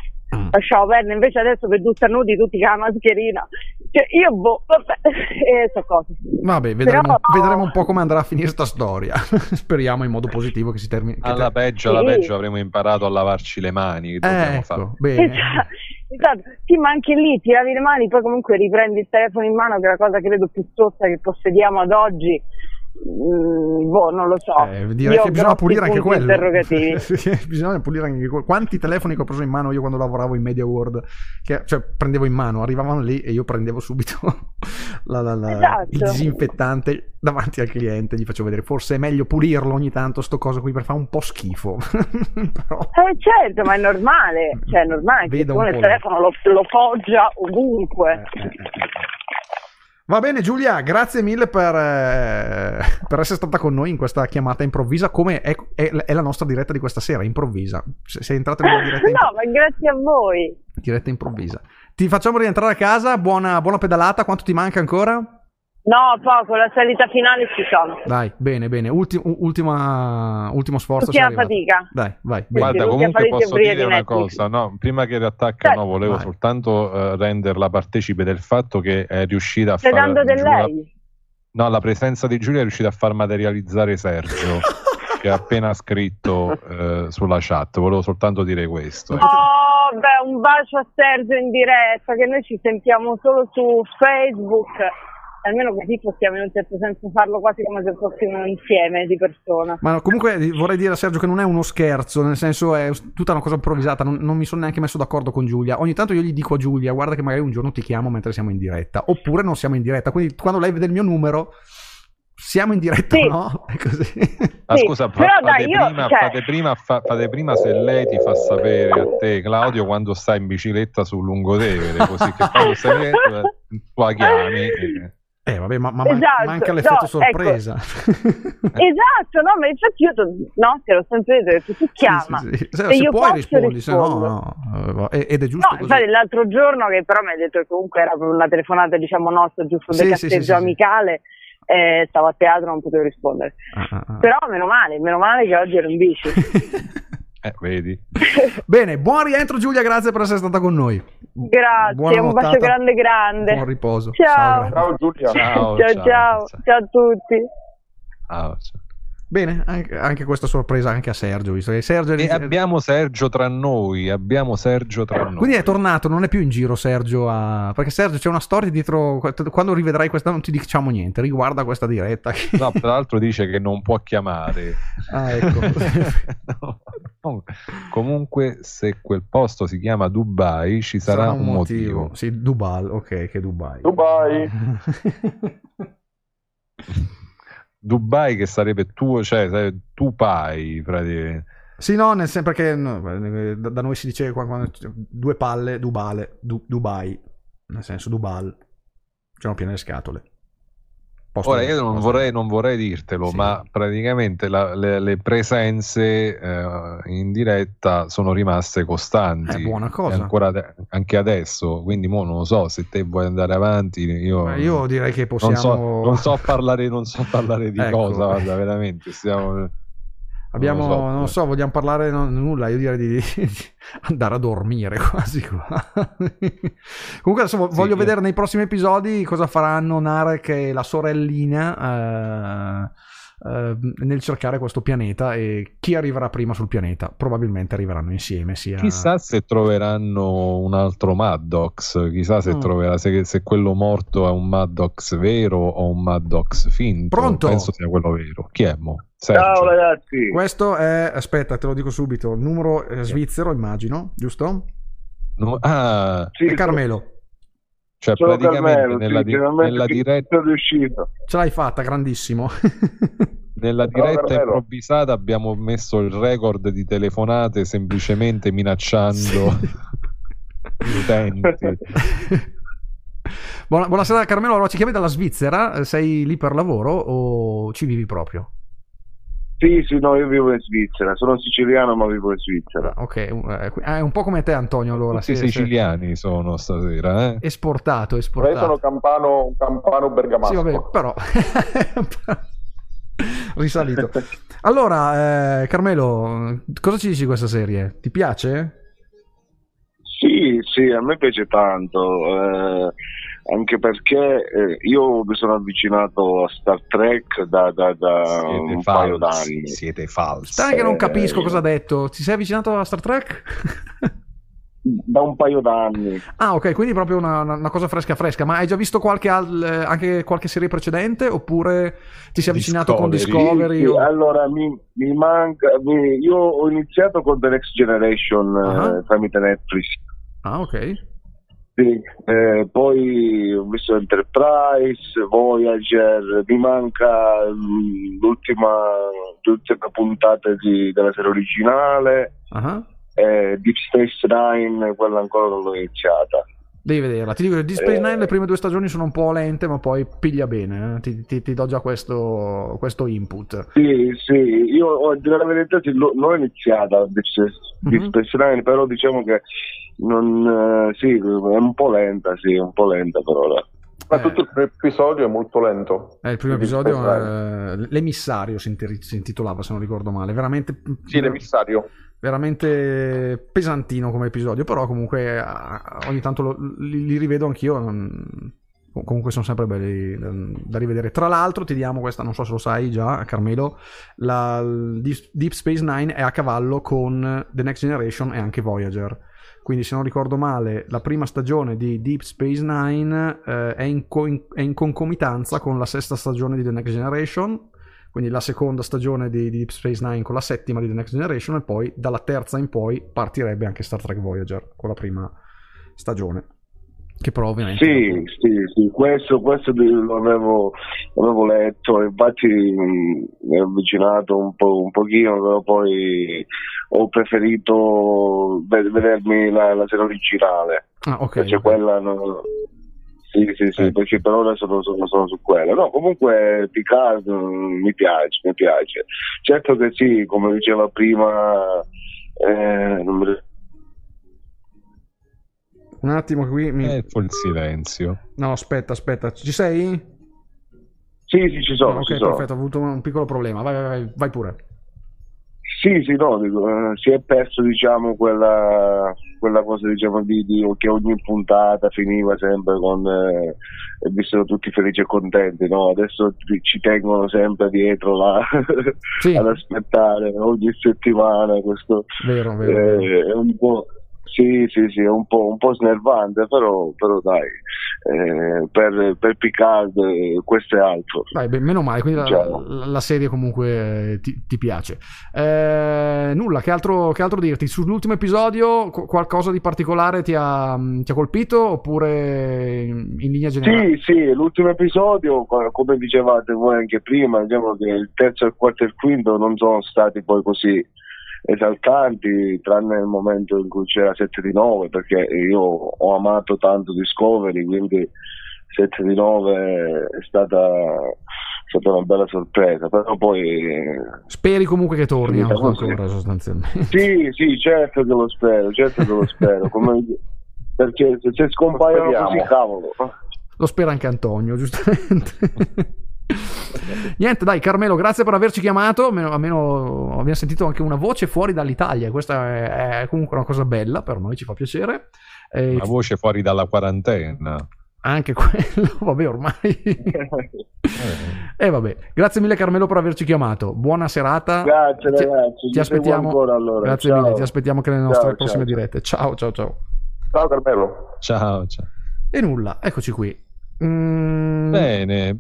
lasciamo perdere, invece adesso per due starnuti tutti con la mascherina, cioè io vabbè, so cose. Vabbè, vedremo un po' come andrà a finire sta storia. Speriamo in modo positivo che si termini. Alla peggio avremo imparato a lavarci le mani, che dobbiamo fare. Bene. Esatto, sì, ma anche lì ti lavi le mani, poi comunque riprendi il telefono in mano, che è la cosa credo più sozza che possediamo ad oggi. Non lo so, direi che bisogna pulire anche quello. Interrogativi. Bisogna pulire anche quello. Quanti telefoni che ho preso in mano io quando lavoravo in Media World, cioè prendevo in mano, arrivavano lì e io prendevo subito esatto. il disinfettante davanti al cliente, gli facevo vedere, forse è meglio pulirlo ogni tanto sto coso qui, per fare un po' schifo. Però... certo, ma è normale, cioè è normale che uno il telefono lo poggia ovunque. Va bene Giulia, grazie mille per essere stata con noi in questa chiamata improvvisa, come è la nostra diretta di questa sera, improvvisa. Sei entrata in una diretta no, ma grazie a voi. Diretta improvvisa. Ti facciamo rientrare a casa, buona pedalata, quanto ti manca ancora? No, poco, la salita finale ci sono. Dai, bene, ultimo sforzo. Ultima fatica. Dai, vai. Guarda, comunque posso dire una cosa, no? Prima che riattacca, no, volevo soltanto renderla partecipe del fatto che è riuscita a fare... Stai dando del lei? No, la presenza di Giulia è riuscita a far materializzare Sergio, che ha appena scritto sulla chat. Volevo soltanto dire questo. Oh, beh, un bacio a Sergio in diretta, che noi ci sentiamo solo su Facebook. Almeno così possiamo in un certo senso farlo quasi come se fossimo insieme di persona. Ma comunque vorrei dire a Sergio che non è uno scherzo, nel senso è tutta una cosa improvvisata, non mi sono neanche messo d'accordo con Giulia. Ogni tanto io gli dico a Giulia, guarda che magari un giorno ti chiamo mentre siamo in diretta, oppure non siamo in diretta, quindi quando lei vede il mio numero siamo in diretta, sì. No? È così. Ma scusa, fate prima se lei ti fa sapere a te, Claudio, quando stai in bicicletta sul Lungotevere, così che quando sei tu la chiami. Vabbè, ma esatto, manca l'effetto sorpresa. Esatto, no, ma infatti io te l'ho sempre detto, tu chiama. Sì. Se io puoi rispondi, se no, ed è giusto così. Infatti l'altro giorno che però mi hai detto che comunque era una telefonata, diciamo, nostra, giusto del casteggio amicale, stavo a teatro, non potevo rispondere. Però meno male che oggi ero in bici. Vedi. Bene, buon rientro Giulia, grazie per essere stata con noi. Grazie, un bacio grande. Buon riposo. Ciao Giulia. Ciao a tutti. Ciao. Bene, anche questa sorpresa anche a Sergio, visto che Sergio abbiamo Sergio tra noi. Quindi è tornato, non è più in giro Sergio perché Sergio c'è una storia dietro, quando rivedrai questa non ti diciamo niente, riguarda questa diretta. No, tra l'altro dice che non può chiamare. Ecco. No. Comunque se quel posto si chiama Dubai ci sarà un motivo. Sì, Dubai, ok, che Dubai. Dubai che sarebbe tuo, cioè Tupai praticamente. Sì, no, nel senso perché da noi si dice quando due palle, Dubai, nel senso Dubai, c'erano piene le scatole. Ora io non vorrei dirtelo, sì. Ma praticamente le presenze in diretta sono rimaste costanti. È buona cosa. Anche adesso, quindi non lo so, se te vuoi andare avanti, io direi che possiamo. Non so parlare di ecco. cosa, guarda, veramente stiamo. Non so, vogliamo parlare nulla, io direi di andare a dormire quasi qua. Comunque adesso voglio vedere nei prossimi episodi cosa faranno Narek e la sorellina nel cercare questo pianeta e chi arriverà prima sul pianeta. Probabilmente arriveranno insieme. Chissà se troveranno un altro Maddox, chissà se troverà se quello morto è un Maddox vero o un Maddox finto. Pronto? Penso sia quello vero. Chi è mo? Sergio. Ciao ragazzi. Questo è, aspetta, te lo dico subito, numero svizzero, immagino, giusto? Sì, è Carmelo. Cioè praticamente nella diretta ce l'hai fatta, grandissimo. Nella diretta improvvisata abbiamo messo il record di telefonate semplicemente minacciando gli utenti. Buonasera Carmelo, allora ci chiami dalla Svizzera, sei lì per lavoro o ci vivi proprio? Sì, no, io vivo in Svizzera, sono siciliano ma vivo in Svizzera. Ok, è un po' come te Antonio allora. Tutti siciliani sono stasera, Esportato. Io sono campano bergamasco. Sì, vabbè, però risalito. Allora, Carmelo, cosa ci dici di questa serie? Ti piace? Sì, a me piace tanto, anche perché io mi sono avvicinato a Star Trek da un paio d'anni. Siete falsi. Stai che non capisco cosa ha detto. Ti sei avvicinato a Star Trek? Da un paio d'anni. Ah, ok, quindi proprio una cosa fresca. Ma hai già visto anche qualche serie precedente? Oppure ti sei avvicinato con Discovery? Sì, allora mi manca. Io ho iniziato con The Next Generation tramite Netflix. Ah, ok. Sì, poi ho visto Enterprise, Voyager, mi manca l'ultima puntata della serie originale. Deep Space Nine, quella ancora non l'ho iniziata. Devi vederla. Ti dico che Deep Space Nine le prime 2 stagioni sono un po' lente, ma poi piglia bene. Ti do già questo input. Sì, io ho dire la verità, l'ho iniziata Deep Space Nine, però diciamo che non è un po' lenta, per ora. Ma tutto il primo episodio è molto lento. Il primo episodio l'emissario si intitolava, se non ricordo male. Veramente. Sì, l'emissario. Veramente pesantino come episodio, però comunque ogni tanto li rivedo anch'io. Comunque sono sempre belli da rivedere. Tra l'altro ti diamo questa, non so se lo sai già, Carmelo, Deep Space Nine è a cavallo con The Next Generation e anche Voyager. Quindi, se non ricordo male, la prima stagione di Deep Space Nine è in concomitanza con la 6ª stagione di The Next Generation, quindi la 2ª stagione di Deep Space Nine con la 7ª di The Next Generation, e poi dalla 3ª in poi partirebbe anche Star Trek Voyager con la prima stagione, che però ovviamente sì, questo l'avevo letto, infatti mi ho avvicinato un pochino, però poi ho preferito vedermi la serie originale. Perché quella sì, perché per ora sono su quella. No, comunque Picard mi piace. Certo che sì, come diceva prima, un attimo qui il silenzio. No, aspetta, ci sei? Sì, ci sono. Ok, perfetto, ho avuto un piccolo problema. Vai pure. Sì, no, dico, si è perso, diciamo, quella cosa, diciamo, di che ogni puntata finiva sempre con e vissero tutti felici e contenti, no? Adesso ci tengono sempre dietro là ad aspettare ogni settimana questo. Vero. È un po'. Sì, è un po' snervante, però dai, per Picard questo è altro. Dai, meno male, quindi la serie comunque ti piace. Nulla, che altro dirti? Sull'ultimo episodio qualcosa di particolare ti ha colpito, oppure in linea generale? Sì, l'ultimo episodio, come dicevate voi anche prima, diciamo che il terzo, il quarto e il quinto non sono stati poi così esaltanti, tranne il momento in cui c'era 7 di 9, perché io ho amato tanto Discovery, quindi 7 di 9 è stata una bella sorpresa, però poi speri comunque che torni ancora sostanzialmente. Sì, certo che lo spero perché se scompaiono così, cavolo. Lo spera anche Antonio, giustamente. Niente, dai, Carmelo, grazie per averci chiamato. Almeno abbiamo sentito anche una voce fuori dall'Italia. Questa è comunque una cosa bella, per noi ci fa piacere. Una voce fuori dalla quarantena. Anche quello, vabbè, ormai. Vabbè, grazie mille Carmelo per averci chiamato. Buona serata. Grazie ragazzi. Ti aspettiamo ancora, allora. Grazie mille, ti aspettiamo anche nelle nostre prossime dirette. Ciao. Ciao Carmelo. Ciao. E nulla, eccoci qui. Bene.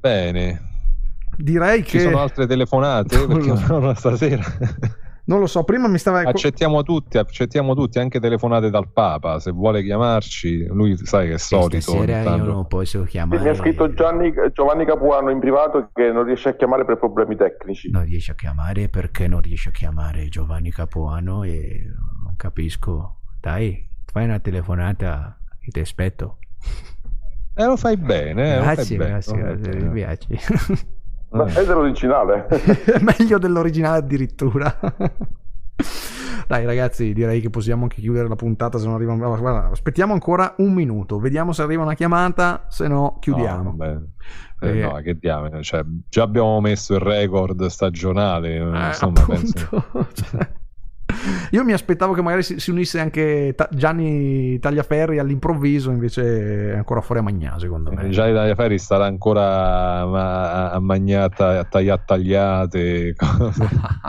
Direi ci che sono altre telefonate perché non stasera. Non lo so, prima mi stava. Accettiamo tutti, anche telefonate dal Papa, se vuole chiamarci. Lui sai che è solito. Stasera io non posso chiamare. Mi ha scritto Giovanni Capuano in privato che non riesce a chiamare per problemi tecnici. Non riesce a chiamare perché non riesce a chiamare Giovanni Capuano e non capisco. Dai, fai una telefonata che ti aspetto. Lo fai bene. Grazie, mi piace. Ma è dell'originale. È meglio dell'originale addirittura. Dai ragazzi, direi che possiamo anche chiudere la puntata, se non arriva. Guarda, aspettiamo ancora un minuto, vediamo se arriva una chiamata, se no chiudiamo. No, che diamine, cioè, già abbiamo messo il record stagionale, insomma, penso. Io mi aspettavo che magari si unisse anche Gianni Tagliaferri all'improvviso, invece è ancora fuori a Magnà, secondo me. Gianni Tagliaferri starà ancora a Magnata, a tagliate cose.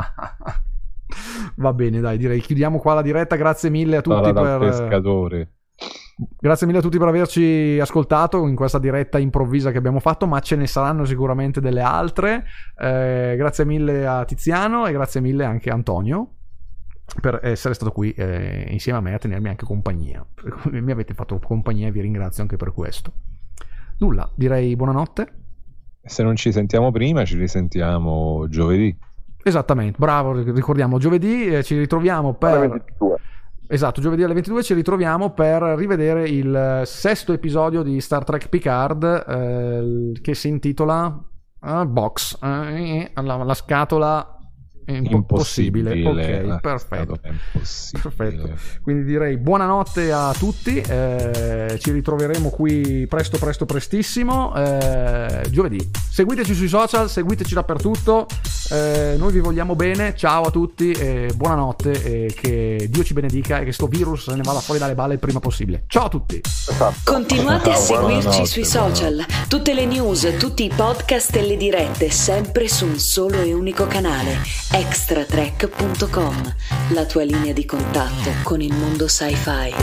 Va bene, dai, direi chiudiamo qua la diretta. Grazie mille a tutti pescatore. Grazie mille a tutti per averci ascoltato in questa diretta improvvisa che abbiamo fatto, ma ce ne saranno sicuramente delle altre. Grazie mille a Tiziano e grazie mille anche a Antonio per essere stato qui insieme a me a tenermi anche compagnia. Mi avete fatto compagnia e vi ringrazio anche per questo. Nulla, direi buonanotte. Se non ci sentiamo prima, ci risentiamo giovedì. Esattamente, bravo, ricordiamo giovedì ci ritroviamo per... Esatto, giovedì alle 22 ci ritroviamo per rivedere il 6º episodio di Star Trek Picard che si intitola Box, la scatola impossibile. Ok, perfetto. Perfetto. Quindi direi buonanotte a tutti, ci ritroveremo qui prestissimo giovedì. Seguiteci sui social, seguiteci dappertutto, noi vi vogliamo bene, ciao a tutti e buonanotte e che Dio ci benedica e che sto virus se ne vada fuori dalle balle il prima possibile. Ciao a tutti. Continuate a seguirci sui social, tutte le news, tutti i podcast e le dirette sempre su un solo e unico canale, extratrek.com, la tua linea di contatto con il mondo sci-fi.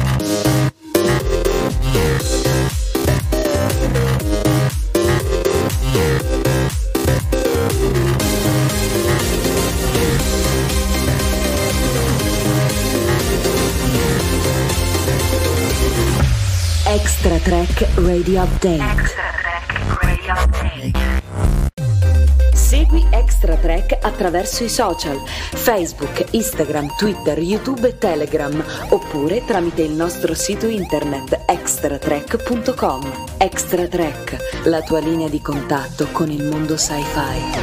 Extra Trek Radio Update. Segui Extra Trek attraverso i social Facebook, Instagram, Twitter, YouTube e Telegram oppure tramite il nostro sito internet extratrek.com. Extra Trek, la tua linea di contatto con il mondo sci-fi.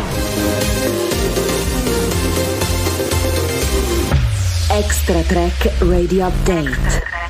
Extra Trek Radio Update.